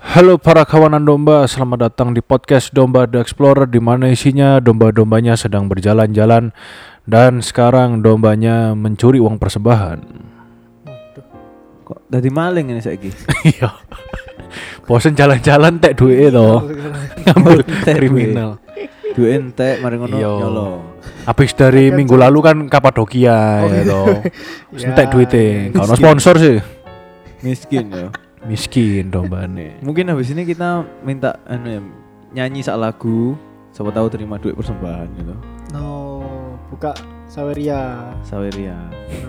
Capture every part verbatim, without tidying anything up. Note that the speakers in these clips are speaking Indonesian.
Halo para kawanan domba, selamat datang di podcast Domba The Explorer, di mana isinya domba-dombanya sedang berjalan-jalan dan sekarang dombanya mencuri uang persembahan. Kok dadi maling ini saiki? Iya. Bosen jalan-jalan tek duwe to. Ngambil kriminal. Duwe entek mari ngono Iya. nyolong. Habis dari minggu lalu kan Kapadokia ya to. Wis entek duwite. Gak ono sponsor sih. Miskin ya. Miskin dombane. Mungkin habis ini kita minta anu ya, nyanyi sak lagu, siapa tahu terima duit persembahan gitu. No, buka Saweria. Saweria.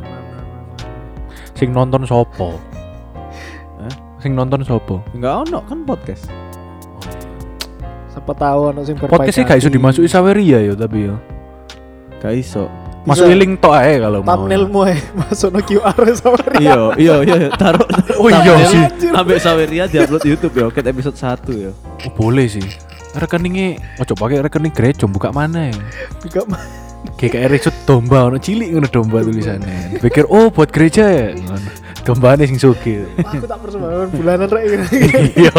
Sing nonton sopo? Hah? Sing nonton sopo? Enggak ono kan podcast. Siapa tahu ono sing berbaik. Podcast sih gak iso dimasuki Saweria ya tapi ya. Gak iso. Masukin link tok ae kalau mau. Thumbnailmu ae masukno Q R Saweria. Iya, iya, iya, taruh. Oh iya thumbnail, sih. Ambek Saweria diupload YouTube ya, ket episode satu ya. Oh, boleh sih. Rekeningnya ojo pakai rekening gereja, buka mana ya? Buka ma- G K R Sud domba ono cilik ngono domba tulisannya. Pikir oh buat gereja ya. Ngono. Dombane sing sugih. Aku tak persembahan bulanan rek. Iya.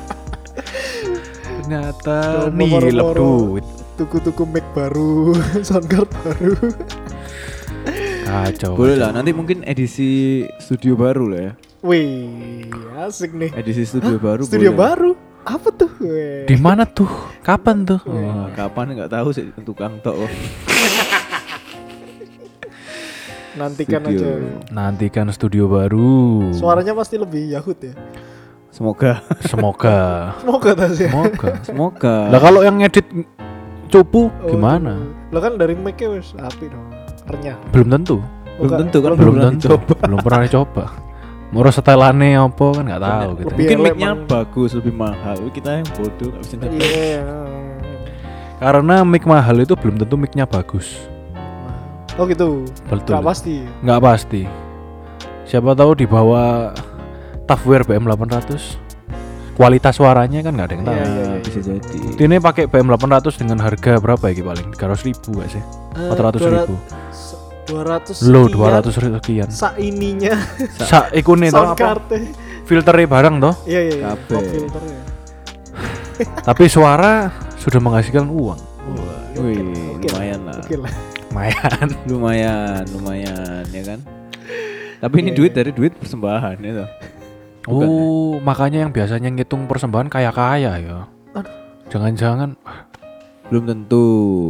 Ternyata Domba nilep moro-moro. duit. Tuku-tuku mic baru, soundcard baru. Kacau. Boleh lah, nanti mungkin edisi studio baru lah ya. Wih, asik nih. Edisi studio baru Studio boleh. baru. Apa tuh? Weh. Di mana tuh? Kapan tuh? Wah, kapan nggak tahu sih tukang tok. Nantikan Studio. aja. Nantikan studio baru. Suaranya pasti lebih Yahut ya. Semoga. Semoga. Semoga tas ya. Semoga. Semoga. Lah kalau yang ngedit cupu Oh, gimana? Lo kan dari mic-nya wis api dong. Renyah. Belum tentu. Belum Bukan- tentu kan, Belum pernah tentu. dicoba. Belum pernah dicoba. Moro setelannya apa kan nggak tahu gitu. Lebih Mungkin elek mic-nya emang. bagus, lebih mahal. Kita yang bodoh nggak bisa ngerti. Iya. Karena mic mahal itu belum tentu mic-nya bagus. Oh gitu. Betul. Gak pasti. Nggak pasti. Siapa tahu di bawah Tafware B M delapan ratus. Kualitas suaranya kan nggak ada yang tahu. Iya, Nah, bisa jadi. Ini pakai B M delapan ratus dengan harga berapa ya paling? tiga ratus ribu gak sih? empat ratus ribu. dua ratus Loh, dua ratus sekian. Sa ininya Sa ikune toh sound apa? card-nya. Filternya bareng toh. Iya iya. iya. Kabeh. Pop filternya. Tapi suara sudah menghasilkan uang. Wah, Wih, oke lumayan lah. Oke lah. Lumayan. Lumayan, lumayan ya kan. Tapi ini Iya, duit iya. dari duit persembahan itu. Bukan, Oh, makanya yang biasanya ngitung persembahan kaya-kaya ya. Aduh. Jangan-jangan Belum tentu.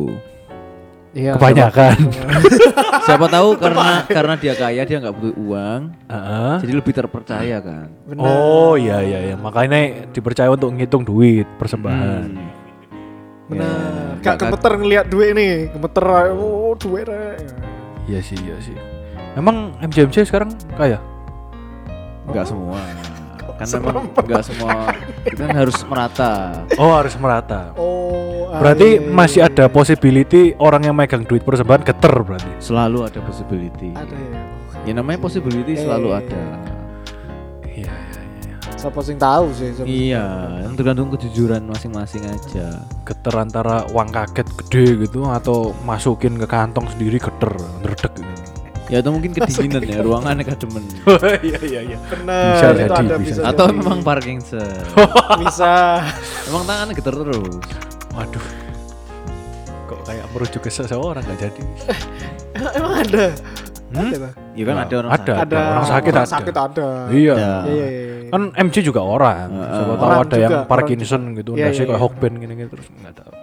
Iya. kebanyakan. Siapa tahu karena karena dia kaya dia nggak butuh uang, Heeh. jadi lebih terpercaya kan. Benar. Oh iya iya iya, makanya dipercaya untuk ngitung duit persembahan. Hmm. Benar. Ya, Kak nggak gemeter ngelihat duit nih, gemeter oh duit rek. Iya sih iya sih. Emang M J M J sekarang kaya? Enggak semua. Kan memang enggak semua. Kita kan harus merata. Oh harus merata. Oh. ah, Berarti iya, iya, masih iya. ada possibility orang yang megang duit persembahan geter berarti. Selalu ada possibility. Ada ya. Ya namanya possibility Eh. selalu ada. Iya iya iya. Siapa sing tahu sih? siapa sing Iya, tahu. yang tergantung kejujuran masing-masing aja. Geter antara uang kaget gede gitu atau masukin ke kantong sendiri geter, ndredeg gitu. Ya atau mungkin kedinginan ya, ruangannya kademen. Iya iya iya. Benar. Bisa itu jadi, ada, bisa jadi. Atau jadi. memang Parkinson. bisa. Memang tangannya geter terus. Waduh. Kok kayak merujuk ke seseorang gak jadi. Emang, emang ada. Hmm? Ada. Pak? Ya kan Nah, ada orang ada. sakit. Ada. orang sakit orang ada. sakit ada. Iya. Ada. Iya iya iya. Kan M J juga orang. Heeh. Siapa tahu Orang ada juga, yang orang Parkinson gitu, Iya, ndasnya iya, kayak iya. Hokben gini-gini terus enggak tahu.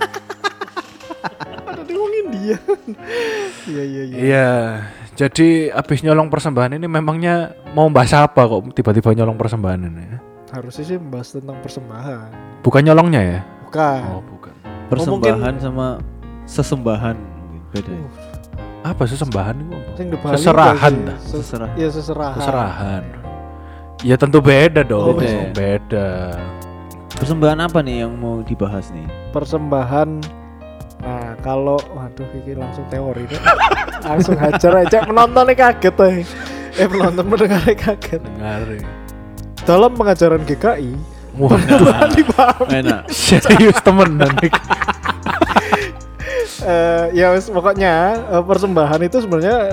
Ada di wong India. Iya iya iya. Iya. Jadi abis nyolong persembahan ini memangnya mau bahas apa kok tiba-tiba nyolong persembahan ini? Harusnya sih membahas tentang persembahan. Bukan nyolongnya ya? Bukan. Oh, bukan. Persembahan sama sesembahan beda. ya? Uh, Apa sesembahan itu apa? sing di Bali Seserahan juga dah. sih. Ses- Seserah. Iya seserahan. Seserahan. Ya tentu beda dong. Beda ya? Beda. Persembahan apa nih yang mau dibahas nih? Persembahan. Nah kalau waduh ini langsung teori deh. Langsung hajar aja penontonnya kaget eh. Eh penonton mendengarnya kaget. Dengar. Dalam pengajaran G K I Waduh. dipahami. Enak. Serius temenan nih. Eh, ya wes, pokoknya eh, persembahan itu sebenarnya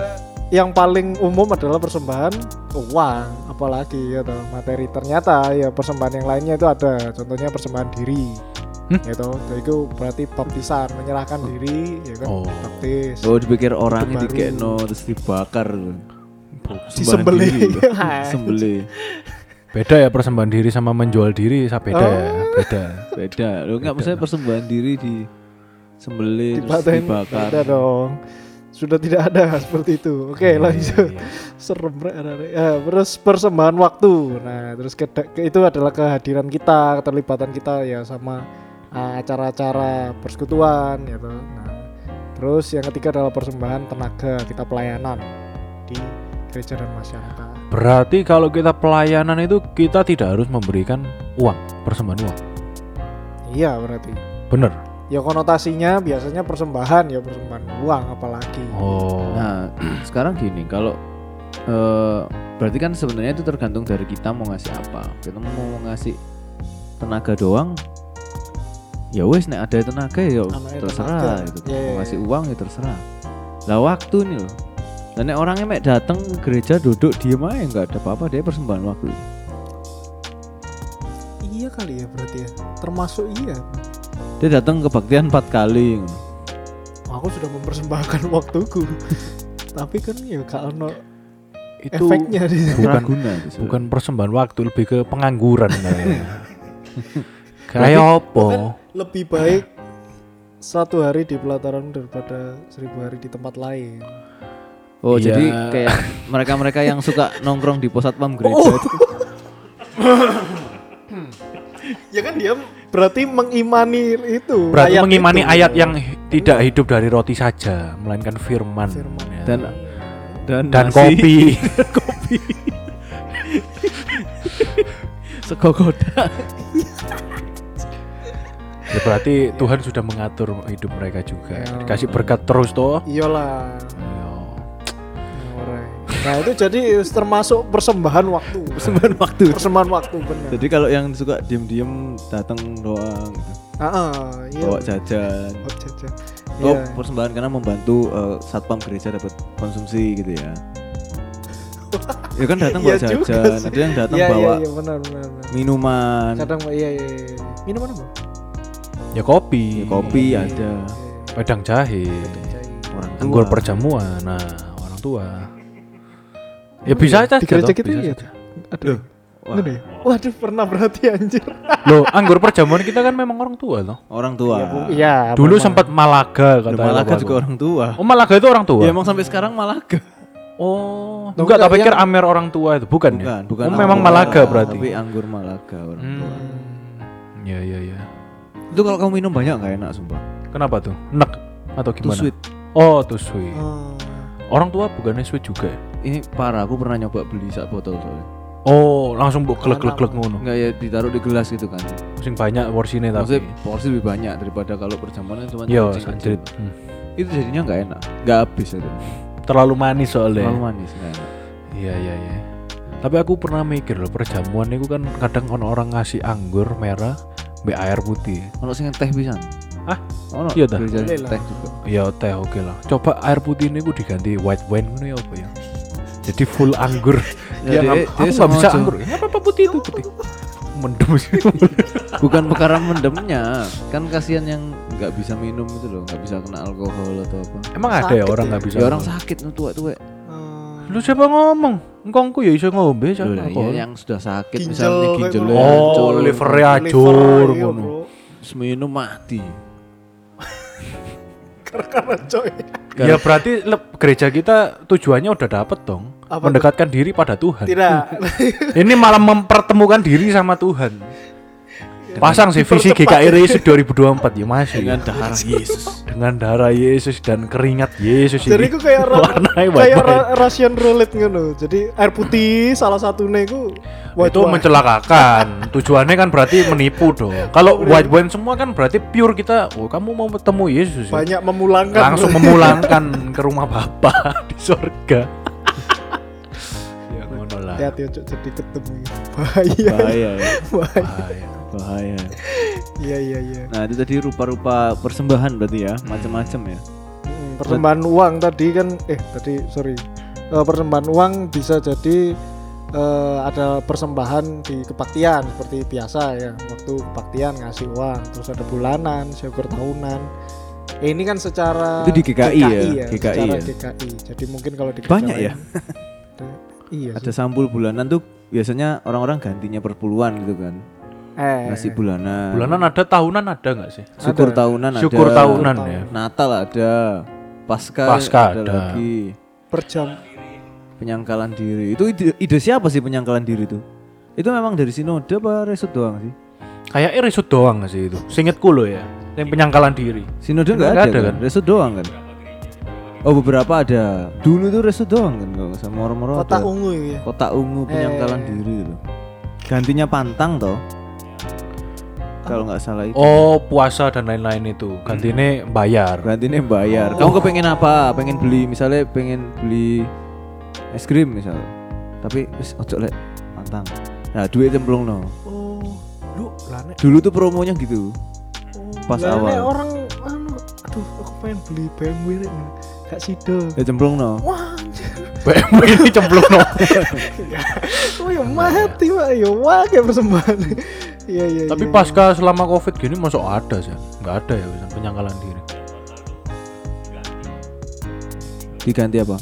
yang paling umum adalah persembahan uang, apalagi ya toh, materi. Ternyata ya persembahan yang lainnya itu ada, contohnya persembahan diri. Hmm? Gitu, itu berarti baptisan, menyerahkan diri, ya kan, Oh. baptis. Oh dipikir orang Itu ini baru. dikekno terus dibakar loh. Disembelih. Sembelih. Beda ya persembahan diri sama menjual diri, sa beda Oh. ya, beda. Beda. Lo enggak Beda. maksudnya persembahan diri di sembelih terus Dipaten, dibakar. ada dong. Sudah tidak ada seperti itu. Oke, Iya, lanjut. iya, iya. Serem rek, rek, rek. Ya, terus persembahan waktu. Nah, terus ke, ke- itu adalah kehadiran kita, keterlibatan kita ya sama uh, acara-acara persekutuan gitu. Nah, terus yang ketiga adalah persembahan tenaga, kita pelayanan di gereja dan masyarakat. Berarti kalau kita pelayanan itu kita tidak harus memberikan uang, persembahan uang. Iya, berarti. Bener. Ya konotasinya biasanya persembahan, ya persembahan uang apalagi. Oh. Nah, sekarang gini, kalau eh, berarti kan sebenarnya itu tergantung dari kita mau ngasih apa. Kita mau ngasih tenaga doang, ya wes nek ada tenaga ya Anaknya terserah tenaga. gitu. Iya, iya, Mau ngasih iya. uang ya terserah. Lah waktu nih loh. Dan nek orangnya mek datang ke gereja duduk diem aja nggak ada apa-apa, dia persembahan waktu. Iya kali ya berarti ya. Termasuk iya. Dia datang kebaktian empat kali. Aku sudah mempersembahkan waktuku. Tapi kan ya kalau itu efeknya di situ. bukan Guna itu sebenarnya. bukan persembahan waktu, lebih ke pengangguran kayaknya. Kayak apa? Lebih baik satu hari di pelataran daripada seribu hari di tempat lain. Oh Iya. jadi kayak mereka-mereka yang suka nongkrong di pos satpam gereja Oh. itu. Ya kan dia berarti mengimani itu. Berarti ayat mengimani itu. ayat yang hi- tidak hidup dari roti saja, melainkan firman, Firman. ya. Dan dan, dan nasi, kopi. kopi. Sego goda. Ya, berarti Tuhan sudah mengatur hidup mereka juga. Ya. Dikasih berkat terus toh. Iyalah. Ya. Alright. Nah itu jadi termasuk persembahan waktu. Persembahan waktu. Persembahan waktu benar. Jadi kalau yang suka diem-diem datang doang gitu. Ah, ah, iya. Bawa jajan. Bawa jajan. Oh, Iya. persembahan karena membantu eh, satpam gereja dapat konsumsi gitu ya. Ya kan datang bawa Iya juga jajan, sih. ada yang datang Iya, bawa iya, iya, benar, benar, benar. minuman. Kadang iya iya. iya. Minuman apa? Ya kopi, Ya, kopi Iya, ada. iya. wedang jahe, Orang tua. anggur perjamuan. Nah, orang tua. Ya bisa aja. Di gereja toh, kita bisa iya. saja. Aduh. Wah, Waduh. Waduh, pernah berarti anjir. Loh, anggur perjamuan kita kan memang orang tua loh. orang tua. Iya. Dulu memang. sempat Malaga Loh, kata Malaga bapakku. juga orang tua. Oh, Malaga itu orang tua. Ya emang sampai sekarang Malaga. Oh, Loh, enggak tak enggak, pikir yang- Amer orang tua itu, bukan, ya? Bukan, bukan. Oh, memang anggur Malaga berarti. Tapi anggur Malaga orang tua. Hmm. Ya ya ya. Itu kalau kamu minum banyak nggak enak sumpah. Kenapa tuh? Nek atau Too gimana? sweet. Oh, too sweet. Oh. Orang tua bukannya sweet juga ya? Ini parah, aku pernah nyoba beli sak botol soalnya. Oh, langsung mbok glek-glek ngono. Enggak ya ditaruh di gelas gitu kan. Sing banyak porsinya tapi. Maksudnya porsi lebih banyak daripada kalau perjamuan cuma Yo, kecil-kecil. sanjrit. Hmm. Itu jadinya nggak enak, nggak habis itu. Terlalu manis soalnya. Terlalu manis nggak enak. Iya iya iya. Tapi aku pernah mikir loh, perjamuan itu kan kadang ono orang ngasih anggur merah mbek air putih. Ono sing teh pisan. Hah? Ono. Iya dah. gereja Boleh lah. teh juga. Ya teh oke lah. Coba air putih ini ku diganti white wine ngono ya apa ya? Jadi full anggur. Ya, Ya, dia- ngam- dia aku nggak bisa sengaja. anggur. Ya apa putih itu putih. Mendem sih. Bukan perkara mendemnya, kan kasihan yang nggak bisa minum itu loh, nggak bisa kena alkohol atau apa. Emang ada ya Sakit orang ya? nggak bisa? Ya orang sakit tuh tua-tua. Hmm. Lu siapa ngomong? Engkongku ya iso ngombe Loh, jangan ya, alkohol. yang sudah sakit Ginjal misalnya kayak ginjalnya ngono. Oh, hancur, livernya Liver, hancur iya, ngono. bro. terus minum mati. Karena coy. Ya berarti le- gereja kita tujuannya udah dapet dong. Apa Mendekatkan diri pada Tuhan. Tidak. Ini malah mempertemukan diri sama Tuhan. Pasang sih visi G K R Yesus dua ribu dua puluh empat ya masih. Dengan darah Yesus. Dengan darah Yesus dan keringat Yesus Jadi ini. aku kayak ra- warnanya kayak white ra- Russian roulette ngono. Jadi air putih salah satunya itu white itu wine. mencelakakan. Tujuannya kan berarti menipu dong. Kalau white wine semua kan berarti pure kita. Oh, kamu mau ketemu Yesus. Ya? banyak memulangkan. Langsung memulangkan ke rumah Bapa di surga. Ya ngono lah. Hati-hati ojo jadi ketemu. Bahaya. Bahaya ya. Bahaya. Bahaya. Bahaya. Iya iya iya. Nah itu tadi rupa-rupa persembahan berarti ya, macam-macam ya. Hmm, persembahan uang tadi kan eh tadi sorry uh, persembahan uang bisa jadi uh, ada persembahan di kebaktian seperti biasa ya, waktu kebaktian ngasih uang, terus ada bulanan, syukur tahunan. Eh, ini kan secara itu di G K I, G K I ya, ya, G K I secara ya. G K I. Jadi mungkin kalau di banyak ya. ada, iya. Ada sih. sampul bulanan tuh biasanya orang-orang gantinya per puluhan gitu kan. Eh, Ngasih bulanan. Bulanan ada, tahunan ada nggak sih? Syukur ada. tahunan ada. Syukur tahunan Syukur ya. Natal ada. Pasca, Pasca ada, ada. lagi. per jam. Penyangkalan diri. Itu ide, ide siapa sih penyangkalan diri itu? Itu memang dari sinode apa resut doang sih? Kayak resut doang nggak sih itu? Seingetku loh ya, yang penyangkalan diri. Sinode Nggak enggak ada, ada kan? kan? Resut doang kan? Oh beberapa ada. Dulu tuh resut doang kan kalau sama orang-orang. Kotak ungu ya. Kotak ungu penyangkalan Eh. diri itu. Gantinya pantang toh. Kalau nggak salah itu. Oh, puasa dan lain-lain itu. Gantinya bayar. Gantinya bayar. Oh. Kamu kepengen apa? Pengen beli misalnya pengen beli es krim misalnya. Tapi wis ojo lek pantang. Nah, duit cemplung no. Oh, lu lane. Dulu tuh promonya gitu. Oh, Pas lane awal. orang anu, aduh, aku pengen beli B M W nih. Gak sido. Ya cemplung no. Wah, anjir. B M W ini cemplung no. Oh ya mati Pak, ya wah kayak persembahan. Iya iya. Tapi iya, pasca selama Covid gini masuk ada sih. Nggak ada ya bisa penyangkalan diri. Diganti apa?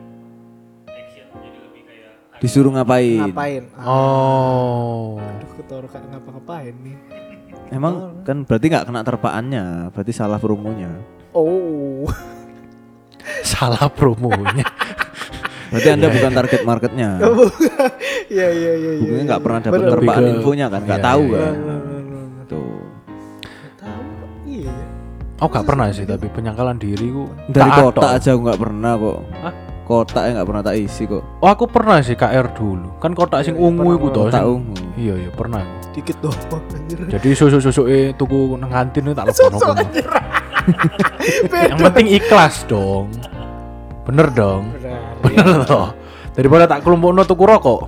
Disuruh iya. ngapain? Ngapain? Ah, Oh. aduh, ketoro kayak ngapa-ngapain nih. Emang kan berarti nggak kena terpaannya, berarti salah promonya. Oh. Salah promonya. Berarti Anda bukan target marketnya. Iya iya iya. Bukannya nggak pernah dapat Bener. terpaan Lebih ke- infonya kan, nggak iya, tahu iya, kan. iya. Tuh. Tahu Pak. Iya ya. Oh gak pernah sih, tapi penyangkalan diri ku Dari tak kotak ada. aja aku nggak pernah kok. Hah? Kotak yang nggak pernah tak isi kok. Oh aku pernah sih K R dulu. Kan kotak sing Iya, ungu pernah, iku toh. Kotak sing- ungu. Iya iya pernah. Dikit doang anjir. Jadi susu-susuke tuku nang kantin itu tak Susu lebono. anjir. Yang penting ikhlas dong. Bener dong. Benar. Bener toh. Daripada tak kelompokno tuku rokok.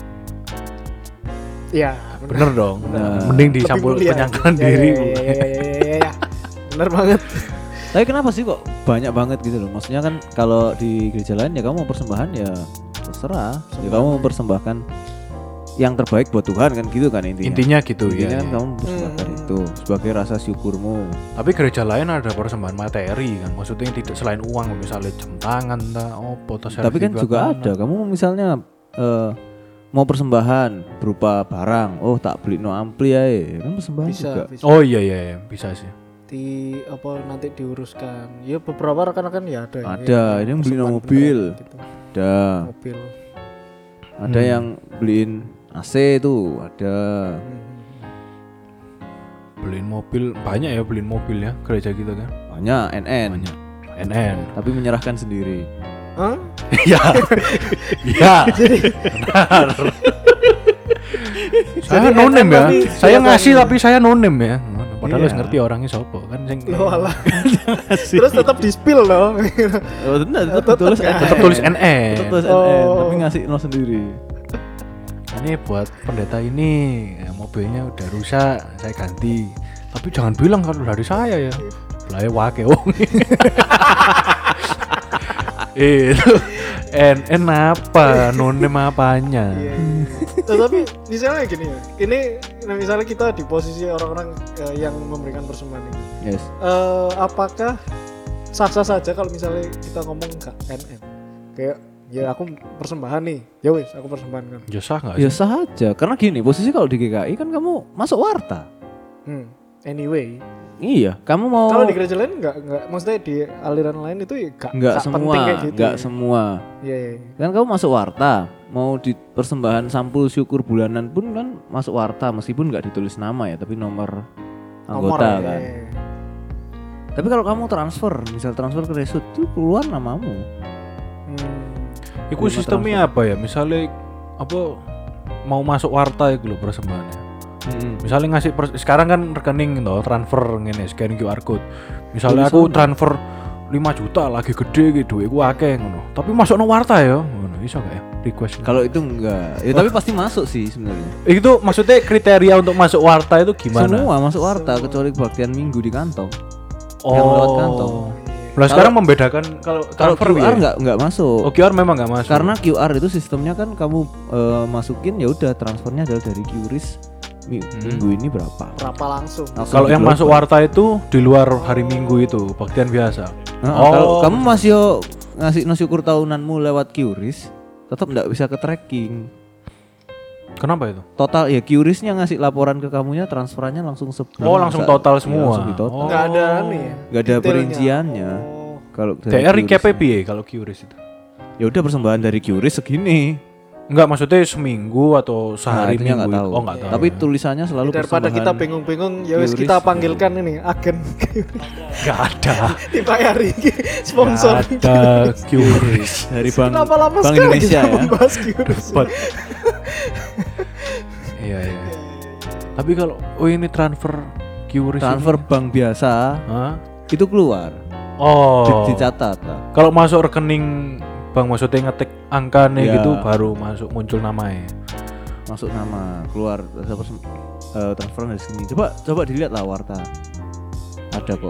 Iya, Bener dong. Bener. Mending Lebih disambut mulia. penyangkalan Iya, diri. iya, iya, iya, iya, iya, iya. Bener banget. Tapi kenapa sih kok banyak banget gitu loh? Maksudnya kan kalau di gereja lain ya kamu mau persembahan ya terserah. Ya kamu mempersembahkan yang terbaik buat Tuhan kan gitu kan intinya. Intinya gitu Intinya ya. kan kamu mempersembahkan Hmm. itu sebagai rasa syukurmu. Tapi gereja lain ada persembahan materi kan. Maksudnya tidak selain uang, misalnya jam tangan ta, opo ta, Tapi kan sertifikat juga tanah. ada. Kamu misalnya eh, mau persembahan berupa barang, oh tak beli no ampli aja, kan persembahan Bisa, juga. bisa. Oh iya iya, iya. Bisa sih. Di apa nanti diuruskan. Ya beberapa rekan-rekan ya ada. Ada, ini yang beli no persembahan mobil. beneran gitu. Ada, Mobil. ada Hmm. yang beliin A C itu, ada. Hmm. Beliin mobil banyak ya, beliin mobil ya gereja kita kan. Banyak N N, Banyak. N N. tapi menyerahkan sendiri. Hah? Iya. Iya. Benar. Saya Jadi nonem N N ya. tapi Saya kelihatan- ngasih tapi saya nonem ya. Padahal Iya. harus ngerti orangnya sopo kan sing Loh alah. Terus tetap di spill loh. Oh, benar, tetap Tetap tulis kan? N N. tetap tulis N N. Tetap tulis N N, Oh. tapi ngasih no sendiri. Ini buat pendeta ini ya, mobilnya udah rusak, saya ganti. Tapi jangan bilang kalau dari saya ya. Lah ya wake wong. Itu N N apa? Nonem apanya? Iya, iya. Nah, tapi misalnya gini ya. Ini nah, misalnya kita di posisi orang-orang eh, yang memberikan persembahan ini. Yes. Eh, apakah sah-sah saja kalau misalnya kita ngomong ke N N? Kayak ya aku persembahan nih. Ya wis, aku persembahan kan. Ya sah nggak Ya sih? sah aja, karena gini posisi kalau di G K I kan kamu masuk warta. Hmm. Anyway, Iya, kamu mau kalau di gereja lain enggak enggak maksudnya di aliran lain itu ya enggak nggak semua, penting kayak gitu. nggak ya. semua. Iya, iya. iya. Kan kamu masuk warta, mau di persembahan sampul syukur bulanan pun kan masuk warta meskipun nggak ditulis nama ya, tapi nomor Nomor, anggota ya, kan. iya, iya. Tapi kalau kamu transfer, misal transfer ke Resut itu keluar namamu. Hmm. Iku sistemnya apa ya? Misalnya apa mau masuk warta itu loh persembahannya. Hmm. Misalnya ngasih pers- sekarang kan rekening toh transfer ngene scan Q R code. Misalnya Tulis aku ono. transfer lima juta lagi gede gitu, iku akeh ngono. Tapi masuk no warta ya. Ngono iso gak ya? Request. Kalau itu enggak, ya tapi pasti masuk sih sebenarnya. itu maksudnya kriteria untuk masuk warta itu gimana? Semua masuk warta Semua. kecuali kebaktian minggu di kantong. Oh. yang lewat kantong. Iya. Lah sekarang membedakan kalau Kalau transfer Q R ya? nggak nggak masuk. Oh, Q R memang nggak masuk. Karena Q R itu sistemnya kan kamu uh, masukin ya udah transfernya adalah dari QRIS mi- Hmm. minggu ini berapa. Berapa langsung? Langsung Kalau yang di-global. masuk warta itu di luar hari Minggu itu, baktian biasa. Nah, Oh. Kalau kamu masih yo ngasih no syukur tahunanmu lewat QRIS, tetap nggak bisa ke tracking. Kenapa itu? Total ya QRIS-nya ngasih laporan ke kamunya, transferannya langsung sebelum. Oh, langsung saat- total iya, semua. langsung ditotal. Oh. Nggak ada nih ya? Nggak ada Detailnya. perinciannya. Oh. Kalau D R recap QRIS-nya. piye kalau QRIS itu? Ya udah persembahan dari QRIS segini. Enggak, maksudnya seminggu atau sehari Nah, itu yang minggu? nggak tahu. Oh, enggak tahu. Tapi ya. tulisannya selalu Daripada kita persembahan. bingung-bingung, ya wis QRIS. kita panggilkan ini agen enggak ada. dibayari sponsor. Nggak ada QRIS. dari Bank, Kenapa lama Bank sekali Indonesia kita ya. membahas QRIS? Cepat. Iya, iya. Tapi kalau oh ini transfer QRIS Transfer ini. bank biasa Hah? itu keluar, Oh. di- dicatat lah. Kalau masuk rekening bank maksudnya ngetik angkanya Ya. gitu baru masuk muncul namanya. Masuk nama, keluar ada persem- eh, transfer dari sini. Coba coba dilihat lah warta. Ada kok.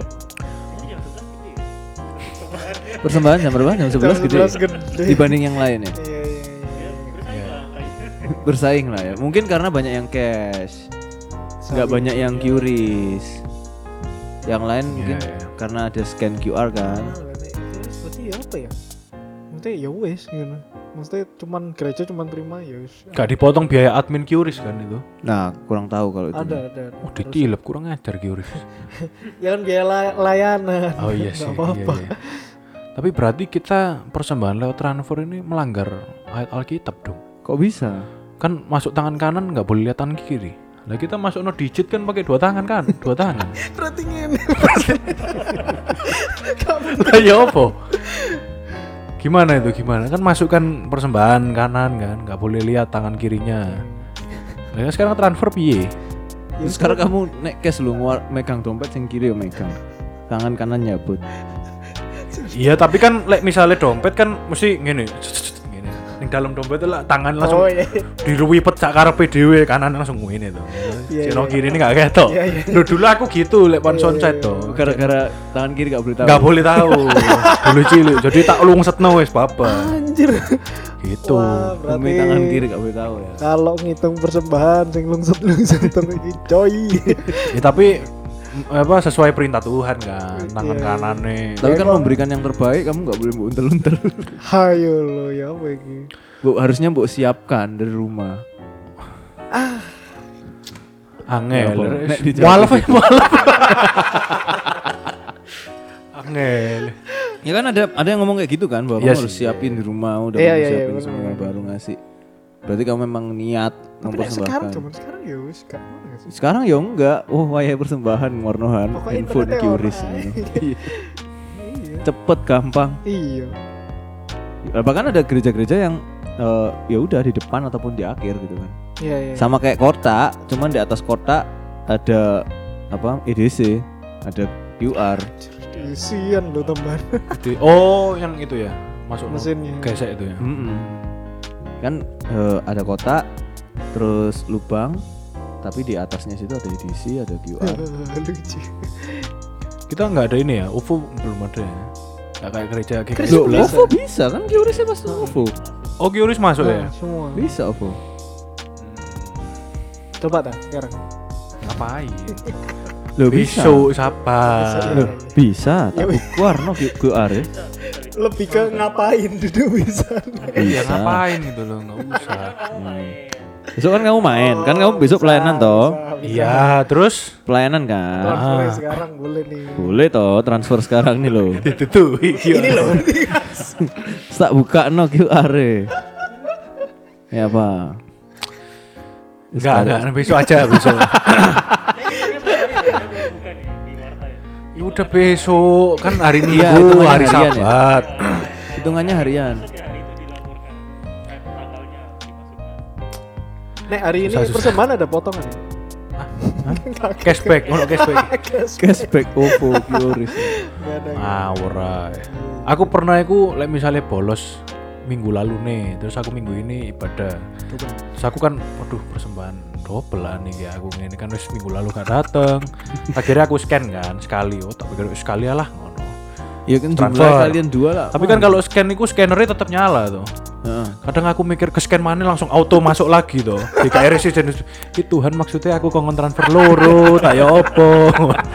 Persembahan jam berapa? Jam sebelas gede. gede. Dibanding yang lain ya. Iya, iya, iya. Bersaing lah ya. Mungkin karena banyak yang cash. Nggak banyak yang QRIS. Yang lain mungkin Iya, iya. karena ada scan Q R kan. Ah, lah, nek QRIS berarti ya apa ya? Maksudnya ya wes gitu. Maksudnya cuman gereja cuman terima ya wes. Gak dipotong biaya admin QRIS kan itu? Nah, kurang tahu kalau itu. Ada, ada. Oh, ditilep kurang ajar QRIS. Ya kan biaya la- layanan. Oh iya sih. Nggak apa-apa. Iya, iya. Tapi berarti kita persembahan lewat transfer ini melanggar ayat Alkitab dong. Kok bisa? Kan masuk tangan kanan nggak boleh lihat tangan kiri. Lah kita masuk no digit kan pakai dua tangan kan, dua tangan. Berarti ngene. Lah ya apa? Gimana itu gimana? Kan masukkan persembahan kanan kan, nggak boleh lihat tangan kirinya. Lah sekarang transfer piye? Terus sekarang kamu nek cash lu nguar megang dompet sing kiri yo megang. Tangan kanan nyabut. Iya tapi kan lek misalnya dompet kan mesti ngene. Ngene. Ning dalam dompet itu lah tangan langsung Oh iya. diruwipet sak karepe dhewe, kanan langsung ngene to. Iya, Sino iya. kiri ini gak ketok. Iya, iya. Lho dulu aku gitu lek pon Iya, sunset iya, to. Gara-gara tangan kiri gak boleh tahu. Gak boleh tahu. Dulu cilik. Jadi tak lungsetno wis bapak. Anjir. Gitu. Wah, Demi berarti tangan kiri gak boleh tahu ya. kalau ngitung persembahan sing lungset-lungset iki coy. Ya tapi m- apa sesuai perintah Tuhan kan, tangan Iya. kanannya. Tapi kan emang. memberikan yang terbaik kamu gak boleh mbok untel-untel. Hayo lo ya apa iki? Bu, harusnya mbok siapkan dari rumah. Angel. Apa? Nek dijawab Mualaf ya gitu. mualaf. Angel. Ya kan ada ada yang ngomong kayak gitu kan bahwa Iya kamu harus sih. siapin di rumah udah Iya, kamu iya, iya, siapin bener, semua bener. baru ngasih. Berarti kamu memang niat Tapi nek sekarang mempersembahkan. zaman sekarang ya wis gak ngono ya sih. Sekarang ya enggak. Oh, wayah persembahan warnohan Pokoknya handphone internetnya QRIS ora. ini. Iya. Cepet gampang. Iya. Bahkan ada gereja-gereja yang eh, ya udah di depan ataupun di akhir gitu kan. Iya, iya. Sama kayak kotak, cuman di atas kotak ada apa? E D C, ada Q R. Isian lo tambahan Gitu. Oh, yang itu ya. Masuk mesinnya. gesek itu ya. Mm-mm. Kan eh, ada kotak, terus lubang, tapi di atasnya situ ada E D C, ada Q R. Lucu. Kita nggak ada ini ya, U F O belum ada ya. Nggak kayak gereja G K Gereja Loh, sebelas. sebelas. OVO bisa kan? QRIS pasti OVO. Oh, QRIS masuk ya. Nah, semua. Bisa OVO. Coba dah sekarang. Ngapain? Loh bisa. Besok sabar. Loh, bisa, Ya, tak Q R no Q R ya. Lebih ke ngapain duduk bisa. Iya Bisa. ngapain gitu loh, nggak usah. Hmm. Besok kan kamu main, kan kamu besok pelayanan toh. Iya, terus Pelayanan kan. Transfer Ah. sekarang boleh nih. Boleh toh transfer sekarang nih loh. ditutui. Ini loh. Tak buka no Q R -e. Ya apa? Enggak, enggak, besok aja besok. Ya udah besok kan hari Iya, Minggu, hitungannya hari harian ya. Sabat. Hitungannya harian. Nek hari ini Susah, susah. persembahan ada potongan ya? Cashback, ono cashback. Cashback OVO QRIS. Nggak ada. Ngawur ae. Aku pernah iku lek misalnya bolos minggu lalu nih, terus aku minggu ini ibadah. Terus aku kan waduh persembahan double lah nih ya aku ini kan wis minggu lalu gak dateng. Akhirnya aku scan kan sekali, oh tak pikir sekali lah ngono. Ya kan jumlah Transfer. kalian dua lah. Tapi kan kalau scan itu scannernya tetap nyala tuh. Heeh. Kadang aku mikir ke scan mana langsung auto masuk lagi tuh. Di K R S dan itu Tuhan maksudnya aku kongon transfer loro, tak ya opo.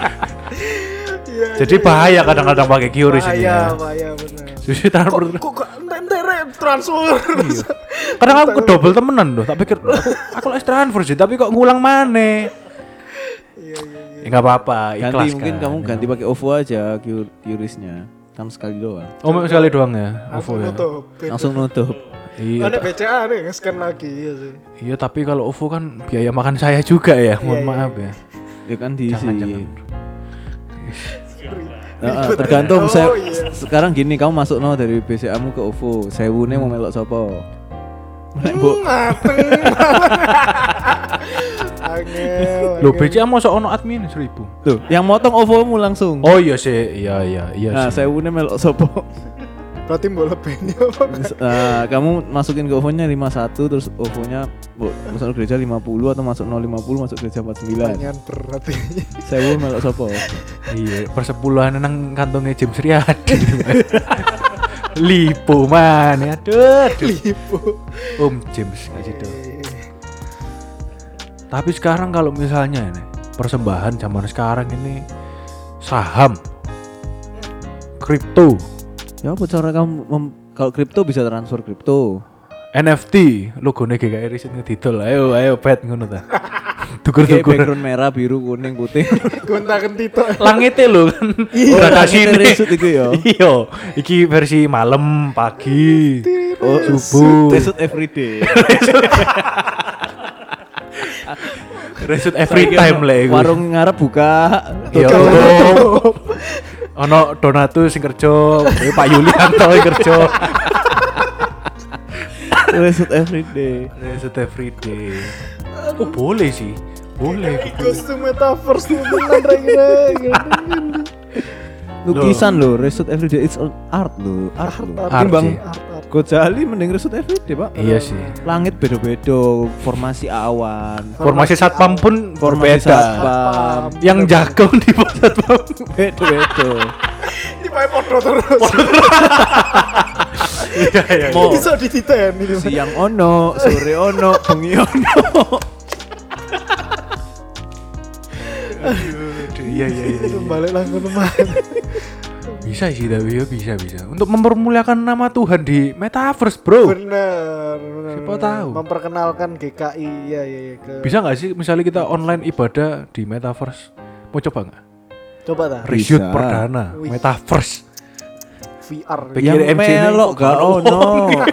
Jadi bahaya kadang-kadang pakai Q R S ini Bahaya, ya. bahaya benar. Jadi transfer. Kok kok entere transfer. Iya. Kadang aku double temenan loh. Tak pikir aku, aku lagi transfer sih, tapi kok ngulang mana? Iya iya iya. Ya enggak apa-apa, Ganti ikhlas mungkin kan. kamu ganti pakai OVO aja Q- QRIS-nya. Kan sekali doang. Oh, sekali doang ya. Aku OVO ya. nutup. Langsung nutup. Iya. Ada ta- B C A nih nge-scan lagi iya sih. Iya, tapi kalau OVO kan biaya makan saya juga ya. Mohon Iya, maaf ya. Ya kan diisi. Jangan, jangan. Nah, tergantung Oh, saya iya. sekarang gini kamu masuk no dari B C A mu ke OVO. Sewune mau melok sopo? Nek mbok Mateng. Angel. Loh, B C A mosok ono admin seribu. tuh, yang motong OVO mu langsung. Oh iya sih, iya iya iya Nah, sih. sewune melok sopo? Berarti mbok lebeni apa? Nah, kamu masukin ke OVO-nya lima puluh satu terus OVO-nya mbok masuk gereja lima puluh atau masuk nol lima puluh masuk gereja empat puluh sembilan. Pertanyaan berat ini. Sewu melok sopo? Iya, persepuluhan nang kantongnya James Riyadi. Lipo mana? Aduh, aduh. Lipo. Om James kayak gitu. Tapi sekarang kalau misalnya ini persembahan zaman sekarang ini saham, kripto, Ya apa cara kamu mem- kalau kripto bisa transfer kripto? N F T, logonya G K R riset ngedidol. Ayo ayo bet ngono ta. Kayak Tukur-tukur. background merah, biru, kuning, putih. Gonta kentito. Langitnya lho kan. Oh, Udah langitnya sini. resut iku ya? Iya, iki versi malam, pagi, Oh, subuh. resut everyday. Resut every time lah iku. Warung ngarep buka. Iya. tutup. Ono Donatus sing kerja, eh, Pak Yulianto sing kerja. Resut everyday. Resut every day. Oh boleh sih, boleh. Kostum metaverse tuh beneran kira-kira. Lukisan lo, resut everyday it's all art lo, art lo. Art Timbang sih. Gojali mending resut everyday, Pak. Iya sih. Langit beda-beda, formasi awan, Formasi satpam pun formasi berbeda. satpam, Yang jago di pos satpam. beda-beda. Ini pakai podo terus. Iya iya. Mau Bisa dititen ini. siang ono, sore ono, bengi ono. Iya iya iya. Itu balik langsung teman. Bisa sih tapi ya bisa bisa. Untuk mempermuliakan nama Tuhan di metaverse, Bro. Benar, benar. Siapa benar. tahu. Memperkenalkan G K I ya ya ya ke. Bisa nggak sih misalnya kita online ibadah di metaverse? Mau coba nggak? Coba ta. Reshoot Bisa. perdana Wih. metaverse. V R. Pikir Yang M C ini melok kok gak ono. ono.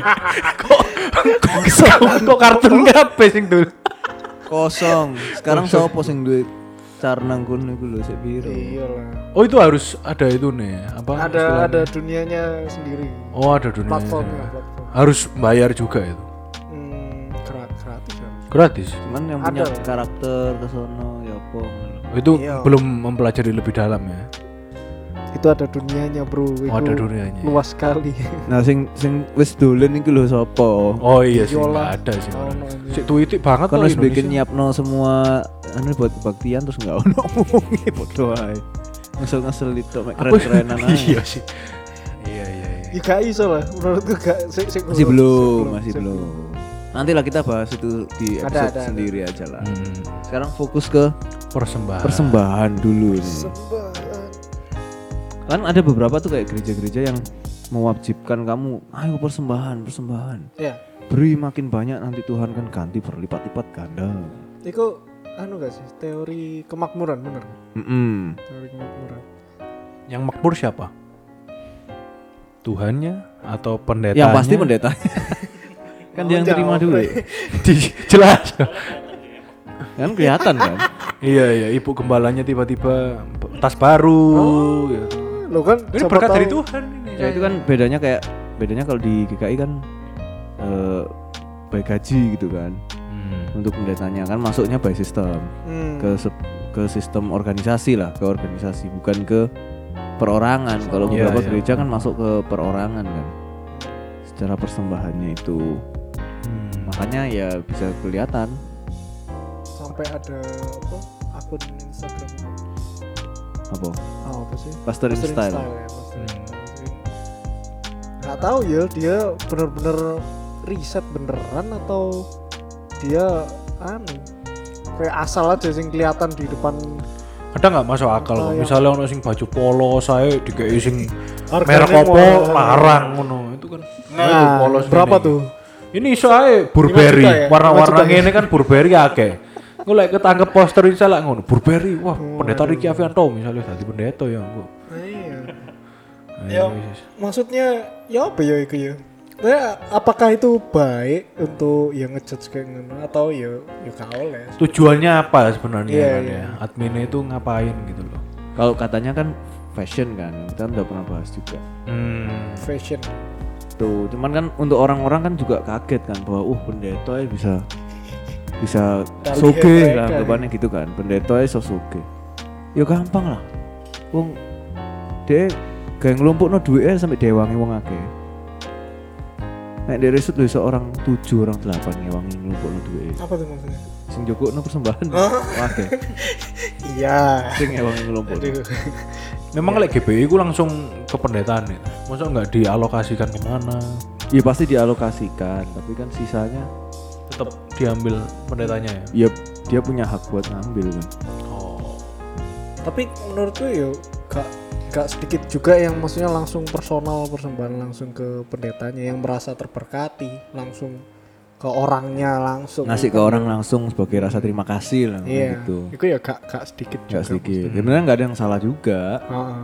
Kok kok kartun kabeh sing dul. Kosong. Sekarang sopo sing duit car nang kono iku lho sik piro. Iya lah. Oh itu harus ada itu nih apa? Ada istilahnya? ada dunianya sendiri. Oh ada dunia. Platformnya, platform. Harus bayar juga itu. Hmm, gra- gratis kan. Gratis. Cuman yang punya Ada. karakter ke sono ya apa ngono. Itu Iya. belum mempelajari lebih dalam ya. Itu ada dunianya, Bro. Itu Oh, ada dunianya. luas sekali. Nah sing sing wis dolen iki lho sapa? Oh iya sih Yola. nggak ada sih. Oh, Mana. no. Si tweetik banget Kan loh wis bikin Indonesia. nyiapno semua anu buat kebaktian terus enggak ono ngomongi padha ae. Ngesel-ngesel itu mek Apa- keren-kerenan ae. Iya sih. Iya iya iya. Ya gak iso lah. Menurutku gak sik- sik- Masih sik- belum, sik- masih sik- belum. Nantilah kita bahas itu di Ada, episode ada, ada. sendiri aja lah. Hmm, Sekarang fokus ke persembahan. persembahan dulu nih. Sembahan. Kan ada beberapa tuh kayak gereja-gereja yang mewajibkan kamu, ayo persembahan, persembahan. Ya. Beri makin banyak nanti Tuhan kan ganti berlipat-lipat ganda. Iku anu gak sih teori kemakmuran bener? Mm-mm. Teori kemakmuran. Yang makmur siapa? Tuhannya atau pendetanya? Yang pasti pendeta. Kan dia yang Jawab, terima dulu. Re. Di- Jelas. Kan kelihatan kan? Iya iya, ibu gembalanya tiba-tiba tas baru. ya. Lo kan Ini siapa berkat dari tahu- Tuhan ini. Ya itu kan bedanya kayak bedanya kalau di G K I kan eh by gaji gitu kan. Hmm. Untuk pendetanya kan masuknya by system. Hmm. ke se- ke sistem organisasi lah, ke organisasi bukan ke perorangan. Kalau Iya, beberapa iya. gereja kan masuk ke perorangan kan. Secara persembahannya itu. Hmm. Makanya ya bisa kelihatan. Sampai ada apa? Akun Instagram. Apa? Oh, apa sih? Pastor in Pastor in style. ya, Pastor in Hmm. Style. nggak tahu ya dia bener-bener riset beneran atau dia anu kayak asal aja sing kelihatan di depan. Ada nggak masuk akal Oh, kok? yang- Misalnya ono sing baju polo saya dikei sing Harganya merek opo mau- larang ngono itu kan. Nah, itu polos berapa ini. tuh? Ini soalnya Burberry, lima juta ya? warna-warna lima juta ya? ini kan Burberry akeh. Gue lek ketangkep poster iki lah ngono, Burberry. Wah, pendeta Waduh. Ricky Avianto misalnya dadi pendeta ya engko. Nah, iya. Ayo, Ya, wis. maksudnya ya apa ya itu ya? Nah, apakah itu baik untuk yang ngejudge kayak ngono atau ya ya gak oleh? Tujuannya apa sebenarnya Iya, kan iya. ya? Adminnya itu ngapain gitu loh. Kalau katanya kan fashion kan, kita udah pernah bahas juga. Hmm. Fashion. Tuh, cuman kan untuk orang-orang kan juga kaget kan bahwa uh pendeta ya bisa bisa Kali soge mereka lah nih. anggapannya gitu kan. Pendeta ya so soge. Ya gampang lah. Wong dia kayak ngelumpukno duitnya sampai dewangi wong akeh. Nek dia resut lho iso orang tujuh orang delapan ngewangi ngelumpukno duit. Apa tuh maksudnya? Sing jogokno persembahan. Akeh. Iya. Sing ngewangi ngelumpukno. Aduh. Memang lek G B I ku langsung ke pendetaan ya. Masa nggak dialokasikan kemana? Ya pasti dialokasikan, tapi kan sisanya Tetap diambil pendetanya ya. ya dia punya hak buat ngambil kan. Oh. Tapi menurutku ya gak gak sedikit juga yang maksudnya langsung personal persembahan langsung ke pendetanya yang merasa terberkati langsung ke orangnya langsung Ngasih ke orang langsung sebagai rasa terima kasih lah iya gitu. itu ya gak gak sedikit Gak juga sedikit. maksudnya. Sebenarnya nggak ada yang salah juga. Heeh.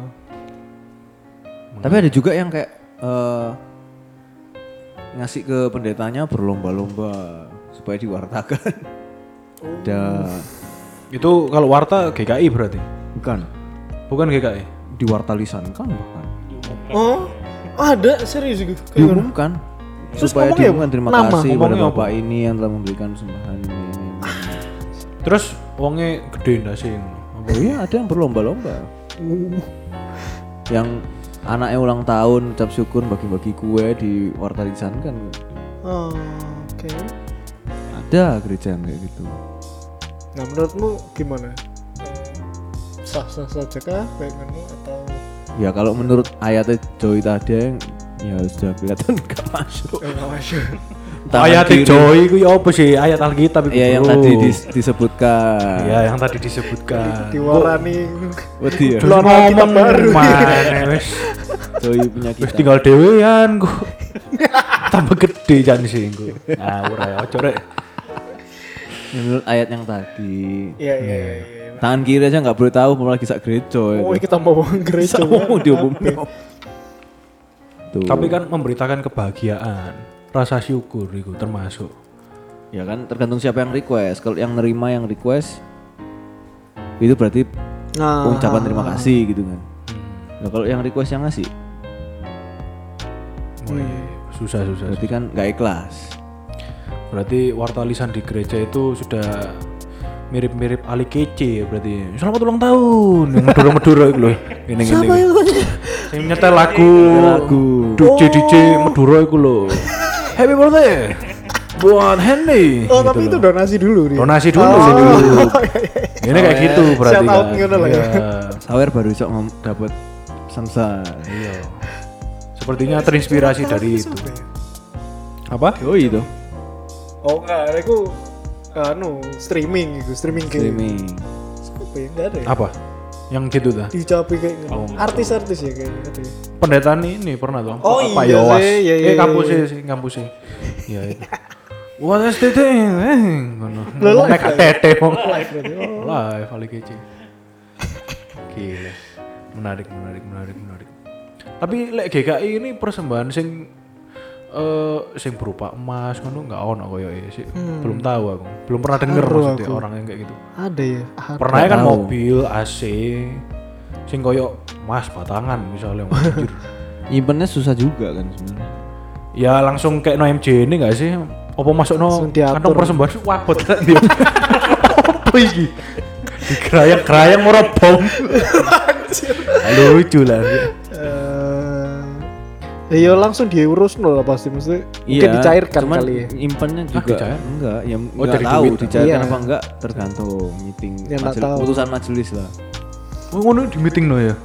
Tapi ada juga yang kayak eh, ngasih ke pendetanya berlomba-lomba supaya diwartakan. Dan Itu kalau warta G K I berarti. bukan Bukan G K I. diwartalisan kan bahkan. Oh ada serius gitu kayak gitu? Diumumkan Terus supaya ngomongnya diumumkan terima nama? kasih pada Ngomongnya bapak ini yang telah memberikan sumbangan ini. ini, ini. Terus wongnya gede ndak sih? Oh iya ada yang berlomba-lomba. Yang anaknya ulang tahun ucap syukur bagi-bagi kue di wartalisan kan Oh, oke. ada gereja yang kayak gitu. Nah menurutmu gimana? Sah-sah saja kah kayak gitu atau Ya kalau menurut ayatnya Joy tadi yang ya sudah kelihatan gak masuk. eh, nggak masuk? Tangan Ayat kiri- Joy itu ya apa sih? Ayat Alkitab itu. Iya yang bro. tadi dis- disebutkan. Iya yang tadi disebutkan. Diwarani Wedi ya. Belum Alkitab baru. Mana wis. Joy punya Wis kita. tinggal dhewean kok. Tambah gede jan sih engko. Ngawur ae ojo rek. Menurut ayat yang tadi. Iya iya iya. iya. Tangan kiri aja nggak boleh tahu mau lagi sak gereja. Oh, kita mau gereja. Mau diumumkan. Tuh. Tapi kan memberitakan kebahagiaan, rasa syukur itu termasuk. Ya kan tergantung siapa yang request. Kalau yang nerima yang request itu berarti Nah, ucapan terima kasih gitu kan. Nah kalau yang request yang ngasih Wih, susah susah. berarti kan nggak ikhlas. Berarti wartalisan di gereja itu sudah mirip-mirip Ali Kece ya berarti. Selamat ulang tahun. Yang Madura-Madura itu loh. Ini siapa ini. itu? Yang nyetel lagu. Lagu. D J D J Madura itu loh. Happy birthday buat Henry. Oh, Gitu tapi itu loh. donasi dulu dia. Donasi dulu Oh, sih dulu. iya, iya. Ini kayak gitu berarti. Shout out kan. ngono lah ya. Iya. Sawer baru bisa dapat samsat. Iya. Sepertinya terinspirasi dari itu. Siapa ya? Apa? Oh itu Oh enggak, aku anu streaming gitu, streaming game. streaming. Siapa ya? Enggak ada ya? Apa? Yang gitu dah. Diucapi kayak gitu. Oh, Artis-artis ya kayaknya ada. ya. Pendeta ini pernah tuh. Oh, Pak iya Yowas. sih, iya, iya, eh kampusnya iya. sih, kampusnya. Iya itu. What is the thing? Eh, ngono. Lah, Ngomong live nek ya? tete wong. Live berarti. Oh. Live Ali kece. Gila. Menarik, menarik, menarik, menarik. Tapi lek G K I ini persembahan sing eh sing berupa emas ngono enggak ono koyoke sih. Belum tahu aku. Belum pernah denger Seru maksudnya aku. orang yang kayak gitu. Ada ya? Ada. Pernah ya kan tahu. mobil A C sing koyo emas batangan misalnya anjir. Nyimpennya susah juga kan sebenarnya. Ya langsung kayak no M J ini gak sih? Apa masuk no Langsung diatur. kantong persembahan wabot kan dia. Apa iki? Dikerayang-kerayang ora bom. Lucu lah. Eh, ya langsung diurus nol lah pasti mesti. Mungkin dicairkan cuman kali ya. nyimpennya Ah, juga dicair? enggak, ya Oh, enggak dari tahu duit. dicairkan Iya. apa enggak tergantung meeting Ya, enggak majelis- tahu. putusan majelis lah. Oh ngono di meeting no ya.